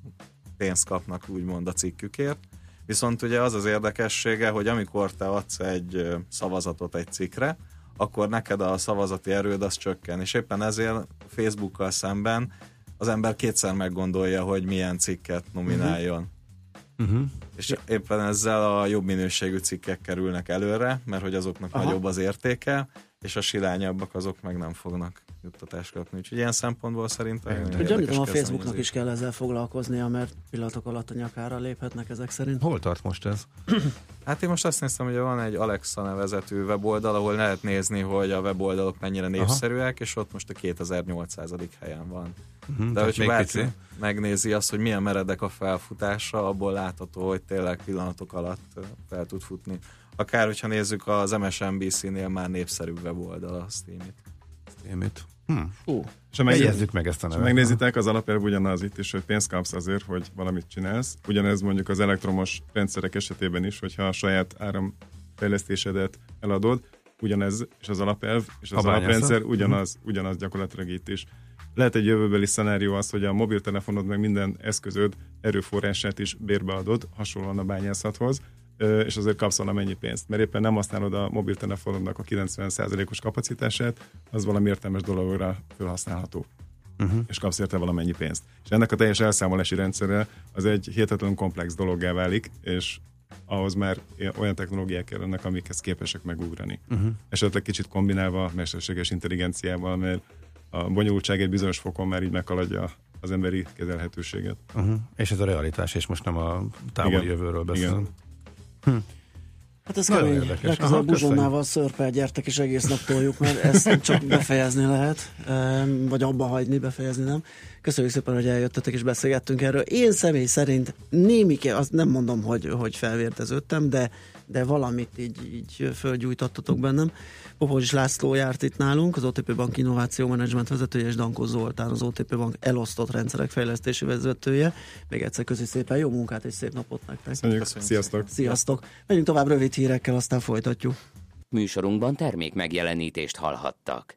pénzt kapnak úgymond a cikkükért. Viszont ugye az az érdekessége, hogy amikor te adsz egy szavazatot egy cikkre, akkor neked a szavazati erőd az csökken, és éppen ezért Facebookkal szemben az ember kétszer meggondolja, hogy milyen cikket nomináljon. Uh-huh. És éppen ezzel a jobb minőségű cikkek kerülnek előre, mert hogy azoknak Aha. nagyobb az értéke, és a silányabbak azok meg nem fognak juttatást kapni. Úgyhogy ilyen szempontból szerintem... Gyanítom, a Facebooknak is kell ezzel foglalkoznia, mert pillanatok alatt a nyakára léphetnek ezek szerint. Hol tart most ez? Hát én most azt néztem, hogy van egy Alexa nevezetű weboldal, ahol lehet nézni, hogy a weboldalok mennyire népszerűek, Aha. és ott most a kétezer-nyolcszázadik helyen van. Uh-huh, de hogyha bárki megnézi azt, hogy milyen meredek a felfutása, abból látható, hogy tényleg pillanatok alatt fel tud futni. Akár, hogyha nézzük az em es en bé cé-nél már népszerűbb weboldal a Steemit. Steemit. Hm. Uh. És megnézzük meg ezt a nevet. Megnézitek, az alapelv ugyanaz itt is, hogy pénzt kapsz azért, hogy valamit csinálsz. Ugyanez mondjuk az elektromos rendszerek esetében is, hogyha a saját áramfejlesztésedet eladod, ugyanez, és az alapelv, és az alaprendszer ugyanaz, ugyanaz gyakorlatilag itt is. Lehet egy jövőbeli szenárió az, hogy a mobiltelefonod meg minden eszközöd erőforrását is bérbeadod, hasonlóan a bányászathoz, és azért kapsz valamennyi pénzt, mert éppen nem használod a mobiltelefonodnak a kilencven százalékos kapacitását, az valami értelmes dologra felhasználható. Uh-huh. És kapsz érte valamennyi pénzt. És ennek a teljes elszámolási rendszerre az egy hihetetlen komplex dologgá válik, és ahhoz már olyan technológiák kellenek, amikhez képesek megugrani. Uh-huh. Esetleg kicsit kombinálva mesterséges intelligenciával, mert a bonyolultság egy bizonyos fokon már így meghaladja az emberi kezelhetőséget. Uh-huh. És ez a realitás, és most nem a távoli jövőről beszélünk. Hm. Hát ez kemény. Legközelebb Buzsonnával szörpel gyertek, és egész nap toljuk, mert ezt csak befejezni lehet, vagy abba hagyni, befejezni nem. Köszönjük szépen, hogy eljöttetek és beszélgettünk erről. Én személy szerint némike, azt nem mondom, hogy, hogy felvérteződtem, de, de valamit így, így fölgyújtottatok bennem. Popozs László járt itt nálunk, az o té pé Bank Innováció Management vezetője, és Dankó Zoltán, az o té pé Bank elosztott rendszerek fejlesztési vezetője. Még egyszer köszi szépen, jó munkát és szép napot nektek. Köszönjük. Sziasztok. Sziasztok. Megyünk tovább rövid hírekkel, aztán folytatjuk. Műsorunkban termék megjelenítést hallhattak.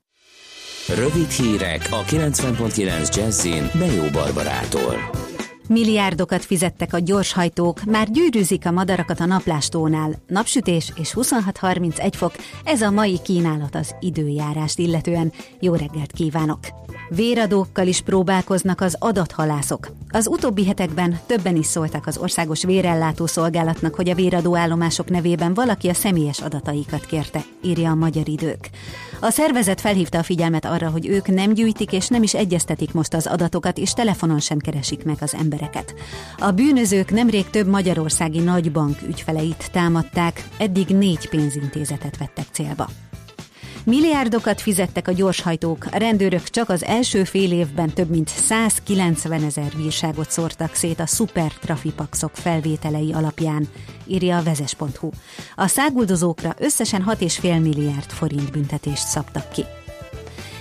Rövid hírek a kilencven pont kilenc Jazzin Bejó Barbarától. Milliárdokat fizettek a gyorshajtók, már gyűrűzik a madarakat a naplástónál. Napsütés és huszonhat harmincegy fok, ez a mai kínálat az időjárást illetően. Jó reggelt kívánok! Véradókkal is próbálkoznak az adathalászok. Az utóbbi hetekben többen is szóltak az Országos Vérellátó Szolgálatnak, hogy a véradóállomások nevében valaki a személyes adataikat kérte, írja a Magyar Idők. A szervezet felhívta a figyelmet arra, hogy ők nem gyűjtik és nem is egyeztetik most az adatokat, és telefonon sem keresik meg az embereket. A bűnözők nemrég több magyarországi nagybank ügyfeleit támadták, eddig négy pénzintézetet vettek célba. Milliárdokat fizettek a gyorshajtók, a rendőrök csak az első fél évben több mint százkilencvenezer bírságot szórtak szét a szupertrafipaxok felvételei alapján, írja a vezes pont hu. A száguldozókra összesen hat egész öt milliárd forint büntetést szabtak ki.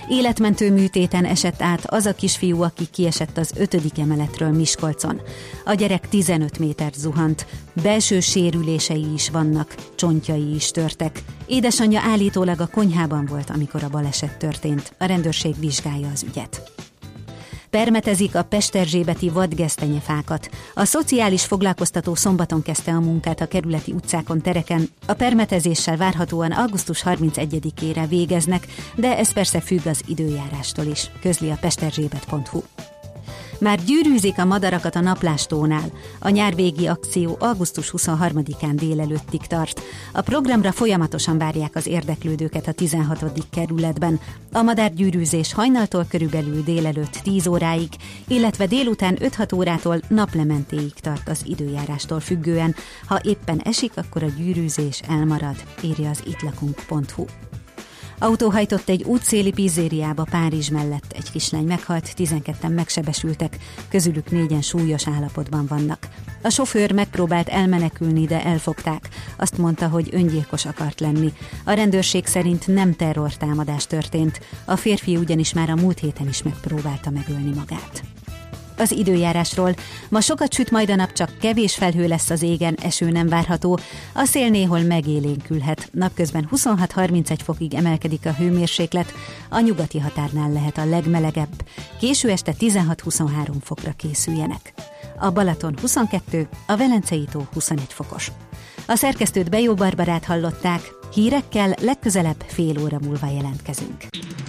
Életmentő műtéten esett át az a kisfiú, aki kiesett az ötödik emeletről Miskolcon. A gyerek tizenöt métert zuhant, belső sérülései is vannak, csontjai is törtek. Édesanyja állítólag a konyhában volt, amikor a baleset történt. A rendőrség vizsgálja az ügyet. Permetezik a pesterzsébeti vadgesztenyefákat. A szociális foglalkoztató szombaton kezdte a munkát a kerületi utcákon, tereken. A permetezéssel várhatóan augusztus harmincegyedikére végeznek, de ez persze függ az időjárástól is, közli a pesterzsébet pont hu. Már gyűrűzik a madarakat a Naplástónál. A nyárvégi akció augusztus huszonharmadikán délelőttig tart. A programra folyamatosan várják az érdeklődőket a tizenhatodik kerületben. A madárgyűrűzés hajnaltól körülbelül délelőtt tíz óráig, illetve délután öt-hat órától naplementéig tart az időjárástól függően. Ha éppen esik, akkor a gyűrűzés elmarad, írja az ittlakunk pont hu. Autó hajtott egy útszéli pizzériába Párizs mellett. Egy kislány meghalt, tizenketten megsebesültek, közülük négyen súlyos állapotban vannak. A sofőr megpróbált elmenekülni, de elfogták. Azt mondta, hogy öngyilkos akart lenni. A rendőrség szerint nem terrortámadás történt. A férfi ugyanis már a múlt héten is megpróbálta megölni magát. Az időjárásról. Ma sokat süt majd a nap, csak kevés felhő lesz az égen, eső nem várható. A szél néhol megélénkülhet. Napközben huszonhat-harmincegy fokig emelkedik a hőmérséklet, a nyugati határnál lehet a legmelegebb. Késő este tizenhat-huszonhárom fokra készüljenek. A Balaton huszonkettő, a Velencei-tó huszonegy fokos. A szerkesztőt Bejó Barbarát hallották, hírekkel legközelebb fél óra múlva jelentkezünk.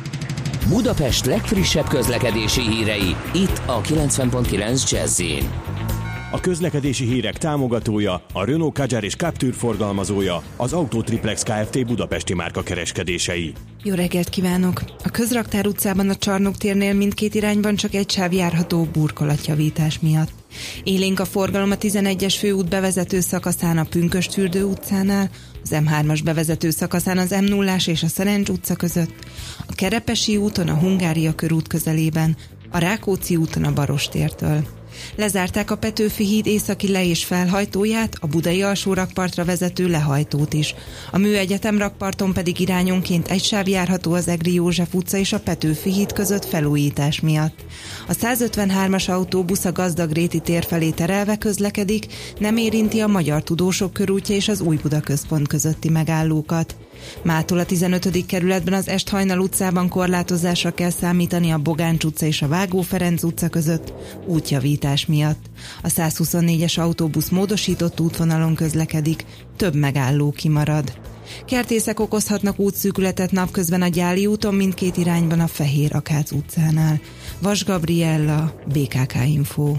Budapest legfrissebb közlekedési hírei, itt a kilencven pont kilenc Jazz-in. A közlekedési hírek támogatója, a Renault Kadjar és Captur forgalmazója, az Autotriplex Kft. Budapesti márka kereskedései. Jó reggelt kívánok! A Közraktár utcában a Csarnok térnél mindkét irányban csak egy sáv járható burkolatjavítás miatt. Élénk a forgalom a tizenegyes főút bevezető szakaszán a Pünkösdfürdő utcánál, az em hármas bevezető szakaszán az em nullás és a Szerencs utca között, a Kerepesi úton a Hungária körút közelében, a Rákóczi úton a Barostértől. Lezárták a Petőfi híd északi le- és felhajtóját, a budai alsórakpartra vezető lehajtót is. A Műegyetem rakparton pedig irányonként egy sáv járható az Egri József utca és a Petőfi híd között felújítás miatt. A százötvenhármas autóbusz a Gazdagréti tér felé terelve közlekedik, nem érinti a Magyar Tudósok körútja és az Újbuda központ közötti megállókat. Mától a tizenötödik kerületben az Est-Hajnal utcában korlátozásra kell számítani a Bogáncs utca és a Vágó Ferenc utca között útjavítás miatt. A százhuszonnégyes autóbusz módosított útvonalon közlekedik, több megálló kimarad. Kertészek okozhatnak útszűkületet napközben a Gyáli úton mindkét irányban a Fehér Akác utcánál. Vas Gabriella, bé ká ká Info.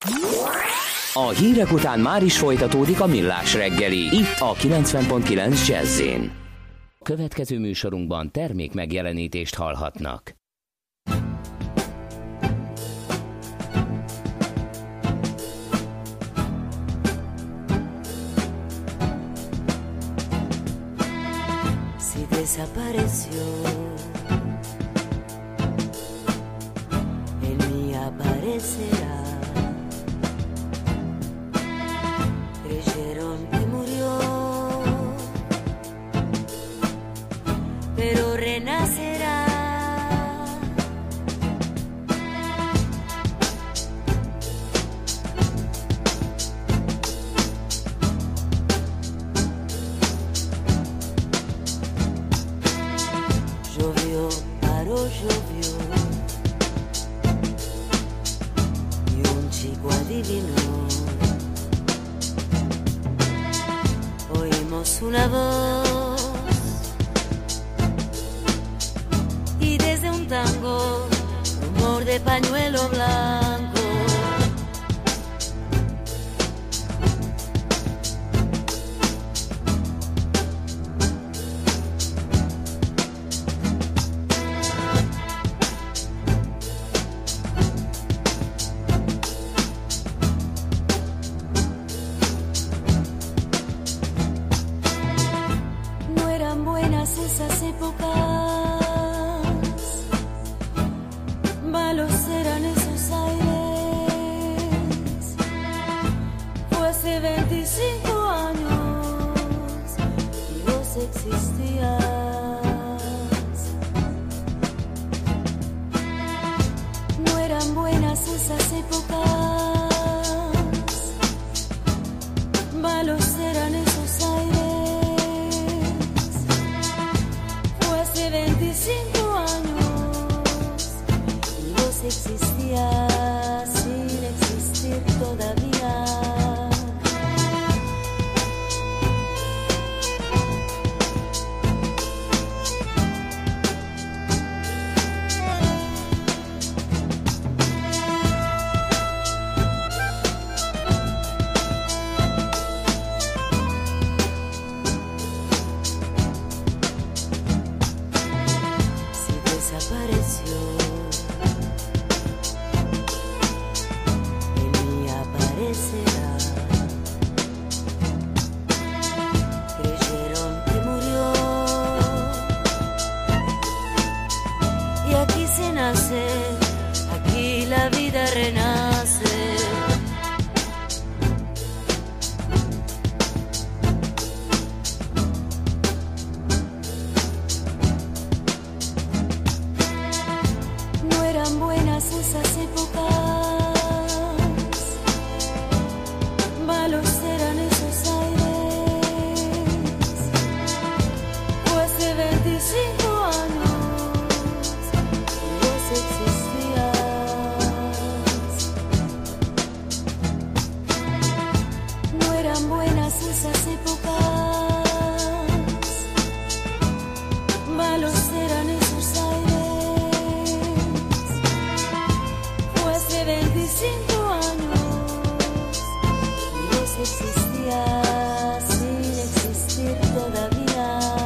A hírek után már is folytatódik a Millás reggeli, itt a kilencven pont kilenc Jazz-in. Következő műsorunkban termék megjelenítést hallhatnak. Si desapareció, en mí aparecerá. Creyeron que murió, pero renacerá. Llovió, paró, llovió, y un chico adivinó. Oímos una voz y desde un tango, rumor de pañuelo blanco. No eran buenas esas épocas, malos eran esos aires. Fue hace veinticinco años y vos existías. hace veinticinco años Dios existía sin existir todavía. Aquí la vida renace. No eran buenas esas épocas, malos eran esos aires. Fue hace veinticinco años esas épocas, malos eran esos aires. Fue hace veinticinco años Dios existía sin existir todavía.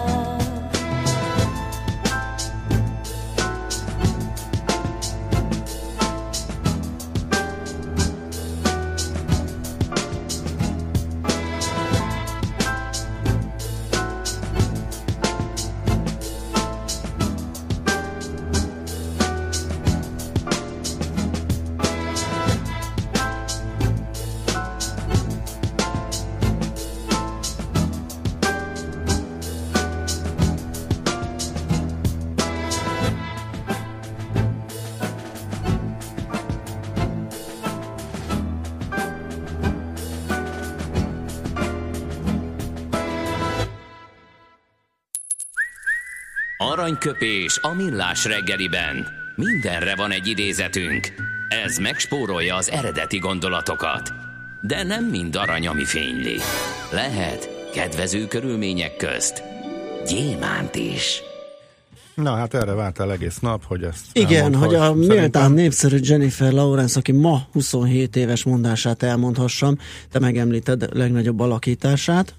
Aranyköpés a millás reggeliben. Mindenre van egy idézetünk. Ez megspórolja az eredeti gondolatokat. De nem mind arany, ami fényli. Lehet kedvező körülmények közt gyémánt is. Na hát erre vártál egész nap, hogy ezt igen, hogy a méltán népszerű Jennifer Lawrence, aki ma huszonhét éves mondását elmondhassam, te megemlíted legnagyobb alakítását.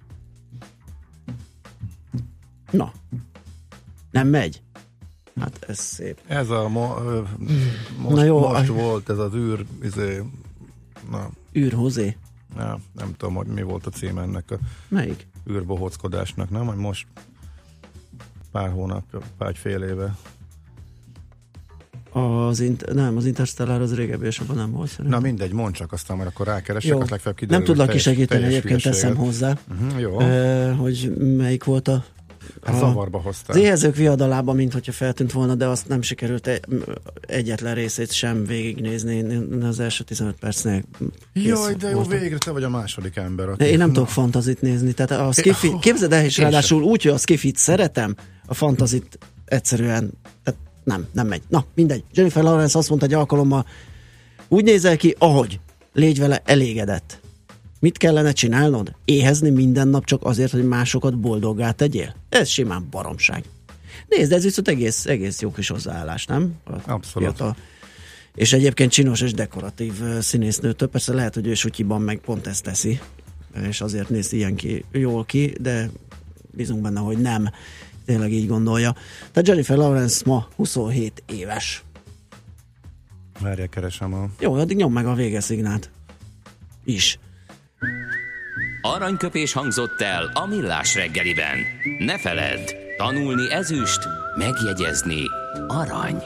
Na, nem megy? Hát ez szép. Ez a mo, most, na jó, most a... volt ez az űr izé, na. űrhozé? Na, nem tudom, hogy mi volt a cím ennek a melyik? űrbohóckodásnak, nem? Hogy most pár hónap, pár fél éve. Az int- nem, az Interstellar az régebbi, és abban nem volt szerintem. Na mindegy, mondd csak, aztán majd akkor rákeresek, az legfeljebb kiderül. Nem tudlak ki segíteni, egyébként teszem hozzá, uh-huh, jó. Uh, hogy melyik volt a a zavarba hoztál. Az éhezők viadalában, mint hogyha feltűnt volna, de azt nem sikerült egy, egyetlen részét sem végignézni. Az első tizenöt percnél jaj, de jó, voltam. Végre te vagy a második ember. Aki... Én nem tudok fantazit nézni. Tehát a skifi, oh, képzeld el, és ráadásul úgy, hogy a skifit szeretem, a fantazit egyszerűen tehát nem, nem megy. Na, mindegy. Jennifer Lawrence azt mondta egy alkalommal, úgy nézel ki, ahogy. Légy vele elégedett. Mit kellene csinálnod? Éhezni minden nap csak azért, hogy másokat boldoggá tegyél? Ez simán baromság. Nézd, ez viszont egész, egész jó kis hozzáállás, nem? Abszolút. Fiatal. És egyébként csinos és dekoratív színésznőtől, persze lehet, hogy ő sutyiban meg pont ezt teszi, és azért néz ilyen ki, jól ki, de bízunk benne, hogy nem. Tényleg így gondolja. Tehát Jennifer Lawrence ma huszonhét éves. Várjál, keresem a... Jó, addig nyom meg a végeszignát. Is. Aranyköpés hangzott el a millás reggeliben. Ne feledd, tanulni ezüst, megjegyezni arany.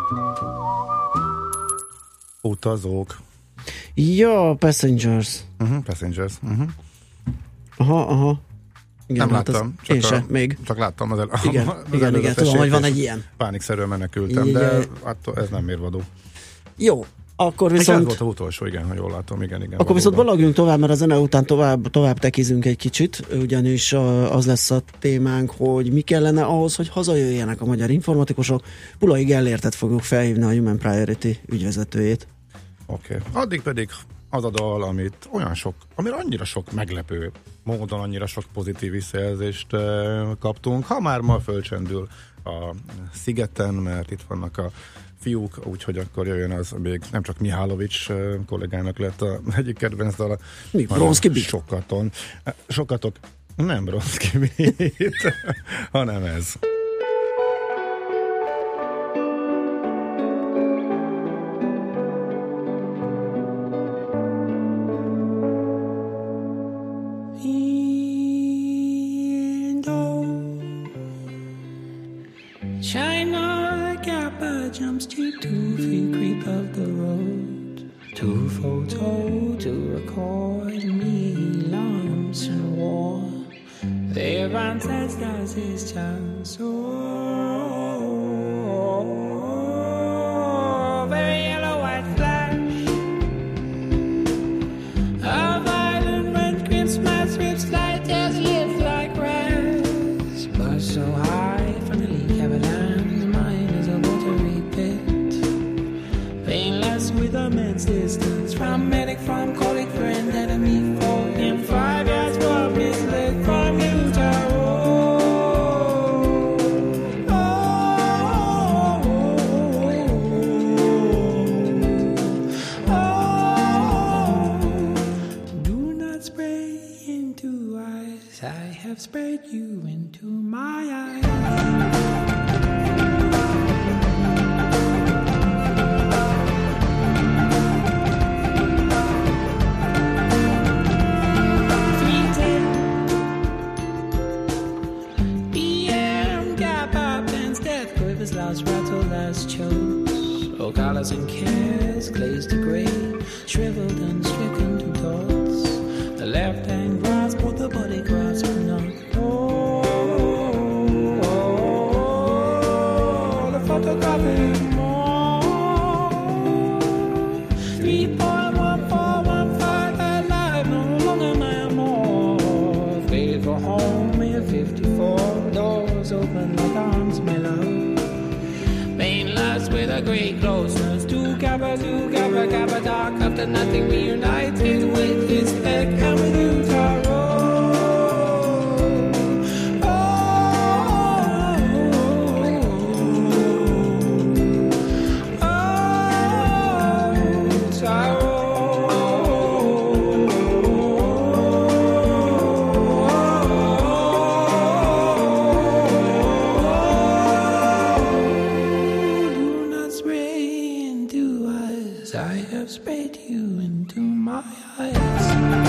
Utazók. Ja, Passengers. Uh-huh, passengers. Uh-huh. Aha, aha. Igen, nem hát láttam. Az, én a, se, még. Csak láttam az, el, igen, az igen, igen, tudom, hogy van egy ilyen. Pánikszerűen menekültem, igen. De attól ez nem mérvadó. Jó, Akkor viszont... Ez viszont... volt a utolsó, igen, ha jól látom, igen, igen. Akkor viszont balagjunk tovább, mert a zene után tovább, tovább tekizünk egy kicsit, ugyanis az lesz a témánk, hogy mi kellene ahhoz, hogy hazajöjjenek a magyar informatikusok. Pulai Gellértet fogjuk felhívni, a Human Priority ügyvezetőjét. Oké. Okay. Addig pedig az a dal, amit olyan sok, amire annyira sok meglepő módon, annyira sok pozitív visszajelzést uh, kaptunk. Ha már ma fölcsendül a szigeten, mert itt vannak a fiúk, úgyhogy akkor jöjjön az, még nem csak Mihálovics uh, kollégának lett a egyik kedvenc dala. Mi? Bronszky Beat? Sokaton. Sokatok, nem Bronszky Beat, hanem ez. China Kappa jumps to two feet creep of the road. Two photo to record me lumps and war. Their ancestors his chance. Oh, very yellow white flash. A violent red Christmas rips light as lips like grass. But so high from the leak avalanche, mine is a watery pit. Painless with immense distance from medic, from colleague, friend, enemy, foe. In five years from misled from Utah. Have spread you into my eyes. three ten P M gap up and death quivers, last rattle, last chokes. Oh, colors and cares glazed to grey, shriveled and stricken to thoughts. The left hand grasp, but the body grasp not. Oh, oh, oh, the photographic more. Three point one four one five alive, no longer man more. Faded for home in fifty-four, doors open like arms mellow. Painless with a great closeness. Two kappa, two kappa, kappa dark. After nothing reunited with his head, and with Utah Road. Spread you into my eyes.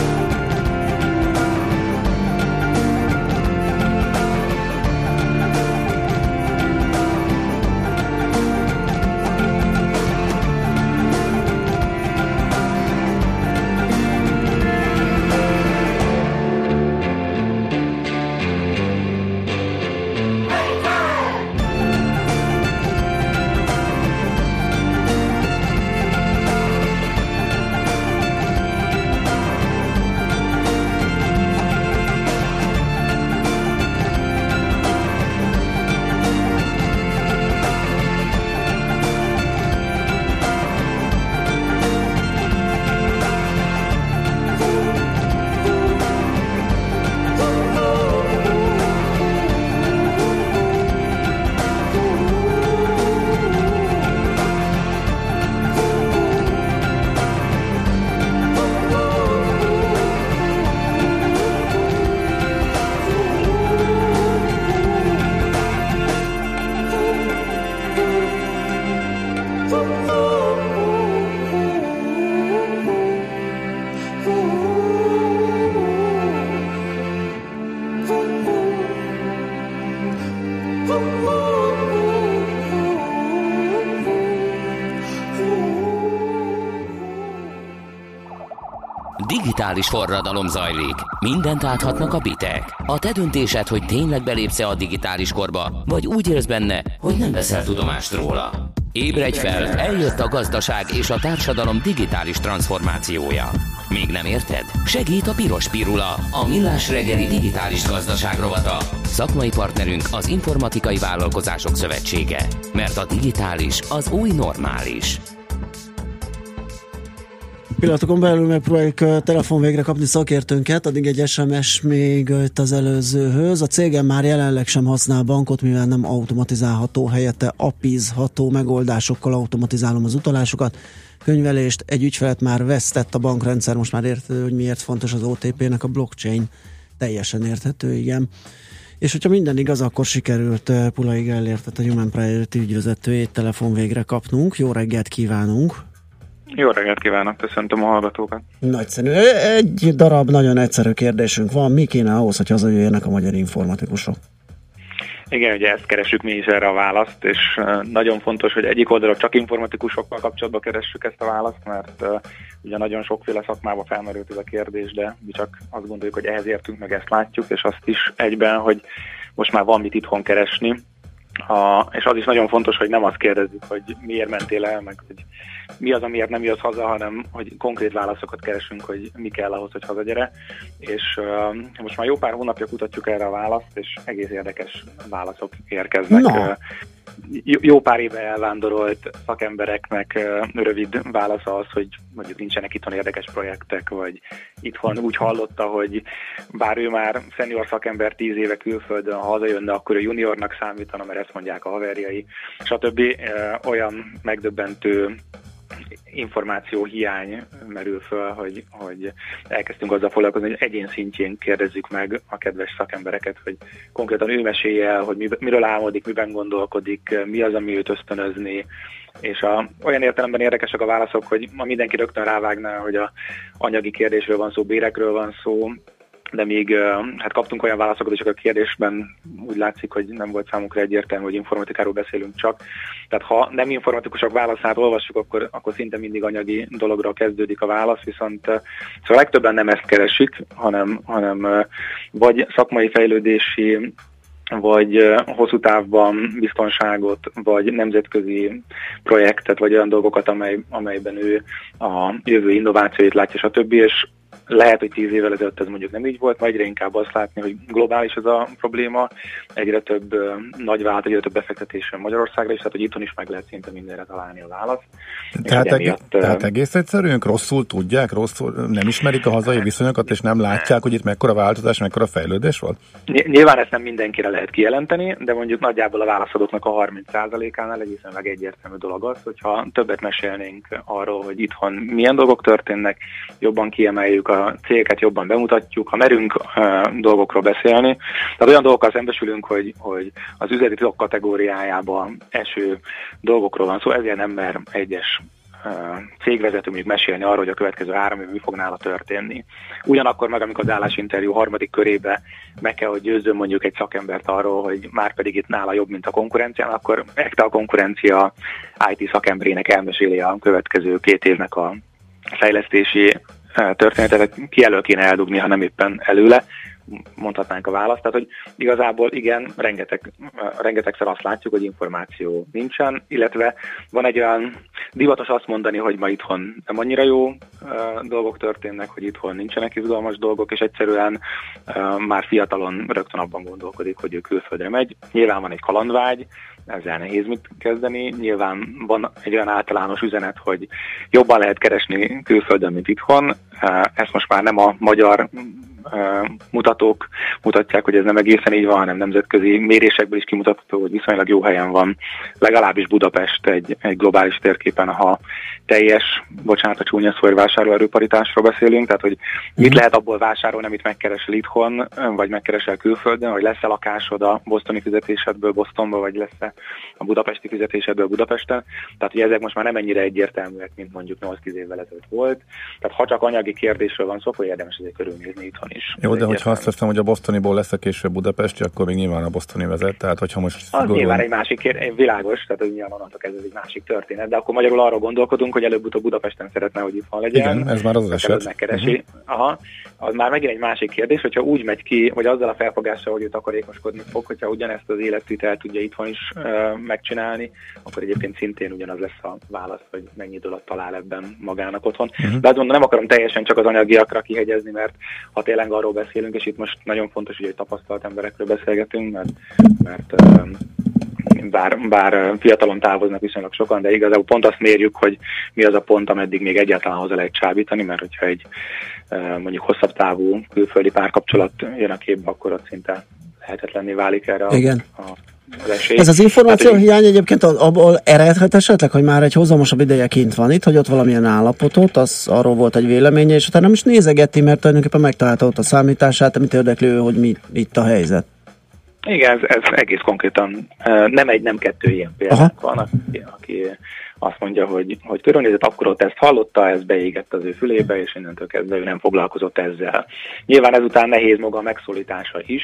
Digitális forradalom zajlik. Mindent áthatnak a bitek. A te döntésed, hogy tényleg belépsz a digitális korba, vagy úgy élsz benne, hogy nem veszel tudomást róla. Ébredj fel, eljött a gazdaság és a társadalom digitális transformációja. Még nem érted? Segít a Piros Pirula, a Millás reggeli digitális gazdaság rovata. Szakmai partnerünk az Informatikai Vállalkozások Szövetsége. Mert a digitális az új normális. Pillanatokon belül megpróbáljuk telefon végre kapni szakértőnket, addig egy es em es még itt az előzőhöz. A cégem már jelenleg sem használ bankot, mivel nem automatizálható, helyette apizható megoldásokkal automatizálom az utalásokat. Könyvelést, egy ügyfelet már vesztett a bankrendszer, most már érthető, hogy miért fontos az o té pé-nek a blockchain. Teljesen érthető, igen. És hogyha minden igaz, akkor sikerült Pulai Gellértet, a Human Priority ügyvezetőjét telefon végre kapnunk. Jó reggelt kívánunk! Jó reggelt kívánok, köszöntöm a hallgatókat. Nagyszerű. Egy darab nagyon egyszerű kérdésünk van. Mi kéne ahhoz, hogy hazajöjjenek a magyar informatikusok? Igen, ugye ezt keresünk mi is erre a választ, és nagyon fontos, hogy egyik oldalról csak informatikusokkal kapcsolatban keressük ezt a választ, mert uh, ugye nagyon sokféle szakmában felmerült ez a kérdés, de mi csak azt gondoljuk, hogy ehhez értünk, meg ezt látjuk, és azt is egyben, hogy most már van mit itthon keresni. A, és az is nagyon fontos, hogy nem azt kérdezzük, hogy miért mentél el, meg hogy mi az, amiért nem jössz haza, hanem hogy konkrét válaszokat keresünk, hogy mi kell ahhoz, hogy hazagyere. És uh, most már jó pár hónapja kutatjuk erre a választ, és egész érdekes válaszok érkeznek. No. Jó pár éve elvándorolt szakembereknek rövid válasza az, hogy mondjuk nincsenek itthon érdekes projektek, vagy itthon úgy hallotta, hogy bár ő már szenior szakember tíz éve külföldön, ha hazajönne, akkor ő juniornak számítana, mert ezt mondják a haverjai, stb. Olyan megdöbbentő információ hiány merül föl, hogy, hogy elkezdtünk azzal foglalkozni, hogy egyén szintjén kérdezzük meg a kedves szakembereket, hogy konkrétan ő mesélje el, hogy mi, miről álmodik, miben gondolkodik, mi az, ami őt ösztönözni, és a, olyan értelemben érdekesek a válaszok, hogy ma mindenki rögtön rávágná, hogy a anyagi kérdésről van szó, bérekről van szó, de még hát kaptunk olyan válaszokat is, a kérdésben úgy látszik, hogy nem volt számunkra egyértelmű, hogy informatikáról beszélünk csak. Tehát ha nem informatikusok válaszát olvassuk, akkor, akkor szinte mindig anyagi dologra kezdődik a válasz, viszont szóval legtöbben nem ezt keresik, hanem, hanem vagy szakmai fejlődési, vagy hosszú távban biztonságot, vagy nemzetközi projektet, vagy olyan dolgokat, amely, amelyben ő a jövő innovációit látja, stb. És lehet, hogy tíz évvel ezelőtt ez mondjuk nem így volt, ma egyre inkább azt látni, hogy globális ez a probléma, egyre több uh, nagy vállalat, egyre több befektetés Magyarországra is, tehát hogy itthon is meg lehet szinte mindenre találni a választ. Tehát, emiatt, eg- tehát egész egyszerűen rosszul tudják, rosszul nem ismerik a hazai viszonyokat, és nem látják, hogy itt mekkora változás, mekkora fejlődés volt? Nyilván ezt nem mindenkire lehet kijelenteni, de mondjuk nagyjából a válaszadóknak a harminc százalékánál egy viszonylag egyértelmű dolog az, hogyha többet mesélnénk arról, hogy itthon milyen dolgok történnek, jobban kiemeljük a cégeket, jobban bemutatjuk, ha merünk uh, dolgokról beszélni. Tehát olyan dolgokkal szembesülünk, hogy, hogy az üzleti titok kategóriájában eső dolgokról van szó, szóval ezért nem mer egyes uh, cégvezető mondjuk mesélni arról, hogy a következő három év mi fog nála történni. Ugyanakkor meg, amikor az állásinterjú harmadik körébe meg kell, hogy győzzön mondjuk egy szakembert arról, hogy már pedig itt nála jobb, mint a konkurencián, akkor ekte a konkurencia i té szakemberének elmeséli a következő két évnek a fejlesztési történetet, ki elő kéne eldugni, ha nem éppen előle, mondhatnánk a választ. Tehát, hogy igazából igen, rengeteg, rengetegszer azt látjuk, hogy információ nincsen, illetve van egy olyan divatos azt mondani, hogy ma itthon nem annyira jó uh, dolgok történnek, hogy itthon nincsenek izgalmas dolgok, és egyszerűen uh, már fiatalon rögtön abban gondolkodik, hogy ő külföldre megy. Nyilván van egy kalandvágy, ezzel nehéz mit kezdeni. Nyilván van egy olyan általános üzenet, hogy jobban lehet keresni külföldön, mint itthon. Ezt most már nem a magyar mutatók mutatják, hogy ez nem egészen így van, hanem nemzetközi mérésekből is kimutatható, hogy viszonylag jó helyen van. Legalábbis Budapest egy, egy globális térképen, ha teljes, bocsánat a csúnya szó, hogy vásárlóerőparitásról beszélünk, tehát hogy mit lehet abból vásárolni, amit megkeresel itthon, vagy megkeresel külföldön, hogy lesz-e lakásod a bostoni fizetésedből Bostonba, vagy lesz-e a budapesti fizetésedből Budapesten. Tehát hogy ezek most már nem ennyire egyértelműek, mint mondjuk nyolc-tíz évvel ezelőtt volt. Tehát ha csak anyagi kérdésről van szó, akkor érdemes ezért körülnézni itthon is. Jó, de hogyha azt veszem, hogy a bostoniból lesz a később budapesti, akkor még nyilván a bostoni vezet, tehát hogyha most... Az szigorúan... nyilván egy másik kér, világos, tehát ez nyilván onnantól kezdve egy másik történet, de akkor magyarul arra gondolkodunk, hogy előbb-utóbb Budapesten szeretne, hogy itt van legyen. Igen, ez már az az eset. Megkeresi. Uh-huh. Aha, az már megint egy másik kérdés, hogyha úgy megy ki, vagy azzal a felfogással, hogy ő takarékoskodni fog, hogyha ugyanezt az életvitelt tudja itthon is uh, megcsinálni, akkor egyébként szintén ugyanaz lesz a válasz, hogy mennyi dolgot talál ebben magának otthon. Uh-huh. De azt mondom, nem akarom teljesen csak az anyagiakra kihegyezni, mert ha tényleg arról beszélünk, és itt most nagyon fontos, hogy egy tapasztalt emberekről beszélgetünk, mert, mert uh, bár, bár fiatalon távoznak viszonylag sokan, de igazából pont azt mérjük, hogy mi az a pont, ameddig még egyáltalán hozzá lehet csábítani, mert hogyha egy mondjuk hosszabb távú külföldi párkapcsolat jön a képbe, akkor ott szinte lehetetlenné válik erre a, Igen. a, az esély. Ez az információ hát, hiány egyébként abból eredhet esetleg, hogy már egy hozamosabb ideje kint van itt, hogy ott valamilyen állapotot, az arról volt egy véleménye, és utána nem is nézegeti, mert tulajdonképpen megtalálta ott a számítását, amit érdekli ő, hogy mi itt a helyzet. Igen, ez, ez egész konkrétan nem egy, nem kettő ilyen példák van, aki, aki azt mondja, hogy, hogy körülnézett, akkor ott ezt hallotta, ez beégett az ő fülébe, és innentől kezdve ő nem foglalkozott ezzel. Nyilván ezután nehéz maga a megszólítása is.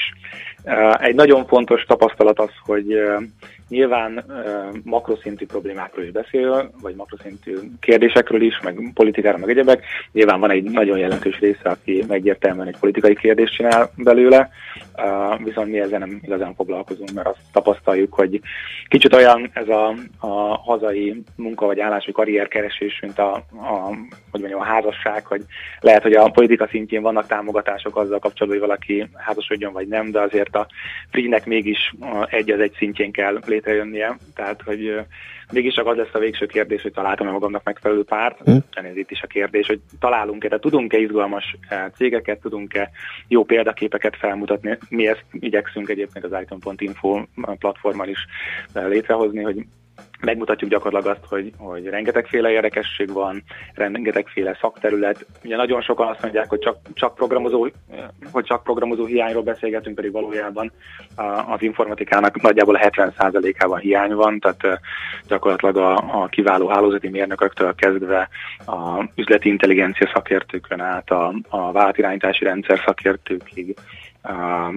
Egy nagyon fontos tapasztalat az, hogy nyilván makroszintű problémákról is beszél, vagy makroszintű kérdésekről is, meg politikára, meg egyebek. Nyilván van egy nagyon jelentős része, aki egyértelműen egy politikai kérdést csinál belőle, viszont mi ezzel nem igazán foglalkozunk, mert azt tapasztaljuk, hogy kicsit olyan ez a, a hazai munka vagy állás vagy karrierkeresés, mint a, a, hogy mondjam, a házasság, hogy lehet, hogy a politika szintjén vannak támogatások azzal kapcsolatban, hogy valaki házasodjon vagy nem, de azért a free-nek mégis egy az egy szintjén kell létrejönnie, tehát hogy mégiscsak az lesz a végső kérdés, hogy találtam-e magamnak megfelelő párt. Mm. Ez itt is a kérdés, hogy találunk-e, de tudunk-e izgalmas cégeket, tudunk-e jó példaképeket felmutatni. Mi ezt igyekszünk egyébként az item pont info platformon is létrehozni, hogy megmutatjuk gyakorlatilag azt, hogy, hogy rengetegféle érdekesség van, rengetegféle szakterület. Ugye nagyon sokan azt mondják, hogy csak, csak, programozó, hogy csak programozó hiányról beszélgetünk, pedig valójában az informatikának nagyjából a hetven százalékában hiány van, tehát gyakorlatilag a, a kiváló hálózati mérnököktől kezdve a üzleti intelligencia szakértőkön át a, a vállalatirányítási rendszer szakértőkig, a,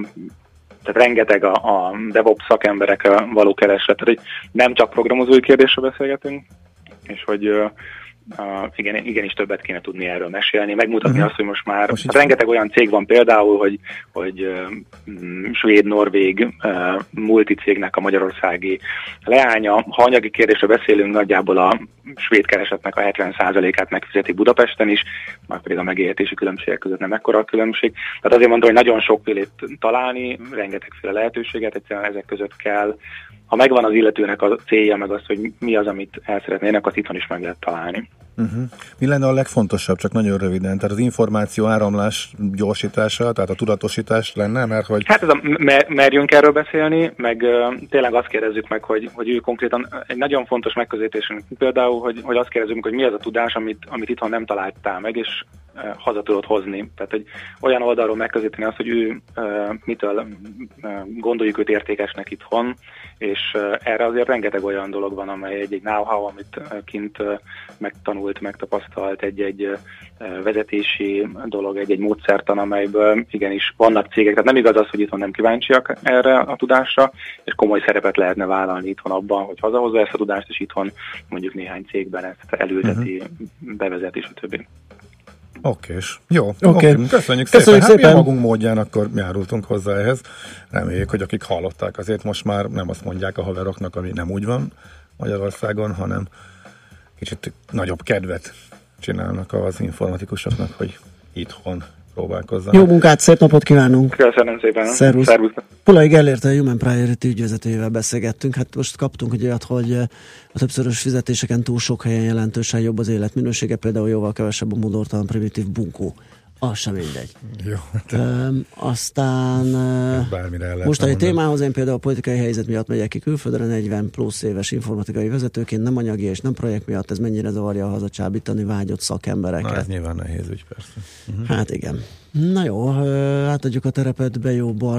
tehát rengeteg a, a DevOps szakemberekre való kereslet, tehát hogy nem csak programozói kérdésről beszélgetünk, és hogy uh, igen, igenis többet kéne tudni erről mesélni, megmutatni uh-huh. azt, hogy most már most rengeteg olyan cég van például, hogy, hogy uh, svéd-norvég uh, multicégnek a magyarországi leánya. Ha anyagi kérdésről beszélünk, nagyjából a svéd keresetnek a hetven százalékát megfizeti Budapesten is, már pedig a megélhetési különbségek között nem ekkora a különbség. Tehát azért mondom, hogy nagyon sokfélét találni, rengetegféle lehetőséget, egyszerűen ezek között kell. Ha megvan az illetőnek a célja, meg az, hogy mi az, amit el szeretnének, azt itthon is meg lehet találni. Uh-huh. Mi lenne a legfontosabb, csak nagyon röviden? Tehát az információ áramlás gyorsítása, tehát a tudatosítás lenne, mert hogy... Hát ez a mer- merjünk erről beszélni, meg uh, tényleg azt kérdezzük meg, hogy, hogy ő konkrétan egy nagyon fontos megközelítésünk például, hogy, hogy azt kérdezzük, hogy mi az a tudás, amit, amit itthon nem találtál meg, és uh, haza tudod hozni. Tehát, hogy olyan oldalról megközelíteni azt, hogy ő uh, mitől uh, gondoljuk őt értékesnek itthon, és uh, erre azért rengeteg olyan dolog van, amely egy-egy know-how, amit uh, kint uh, megtanult, megtapasztalt, egy-egy uh, vezetési dolog, egy-egy módszertan, amelyből igenis vannak cégek. Tehát nem igaz az, hogy itthon nem kíváncsiak erre a tudásra, és komoly szerepet lehetne vállalni itthon abban, hogy hazahozza ezt a tudást, és itthon mondjuk néhány cégben ezt elülteti, uh-huh. bevezeti, stb. Okés. Jó. Okay. Okay. Köszönjük, Köszönjük szépen. szépen. Hát mi a magunk módján akkor járultunk hozzá ehhez. Reméljük, hogy akik hallották, azért most már nem azt mondják a haveroknak, ami nem úgy van Magyarországon, hanem kicsit nagyobb kedvet csinálnak az informatikusoknak, hogy itthon próbálkozzanak. Jó munkát, szép napot kívánunk! Köszönöm szépen! Szervusz! Szervusz. Pulai Gellért, a Human Priority ügyvezetőjével beszélgettünk. Hát most kaptunk egy olyat, hogy a többszörös fizetéseken túl sok helyen jelentősen jobb az életminősége, például jóval kevesebb a módortalan primitív bunkó. Az sem mindegy. Jó. Um, aztán mostani témához én például a politikai helyzet miatt megyek ki külföldre, negyven plusz éves informatikai vezetőként, nem anyagi és nem projekt miatt, ez mennyire zavarja a hazacsábítani vágyott szakembereket. Na, ez nyilván nehéz ügy, persze. Uh-huh. Hát igen. Na jó, átadjuk a terepet Bejó Bar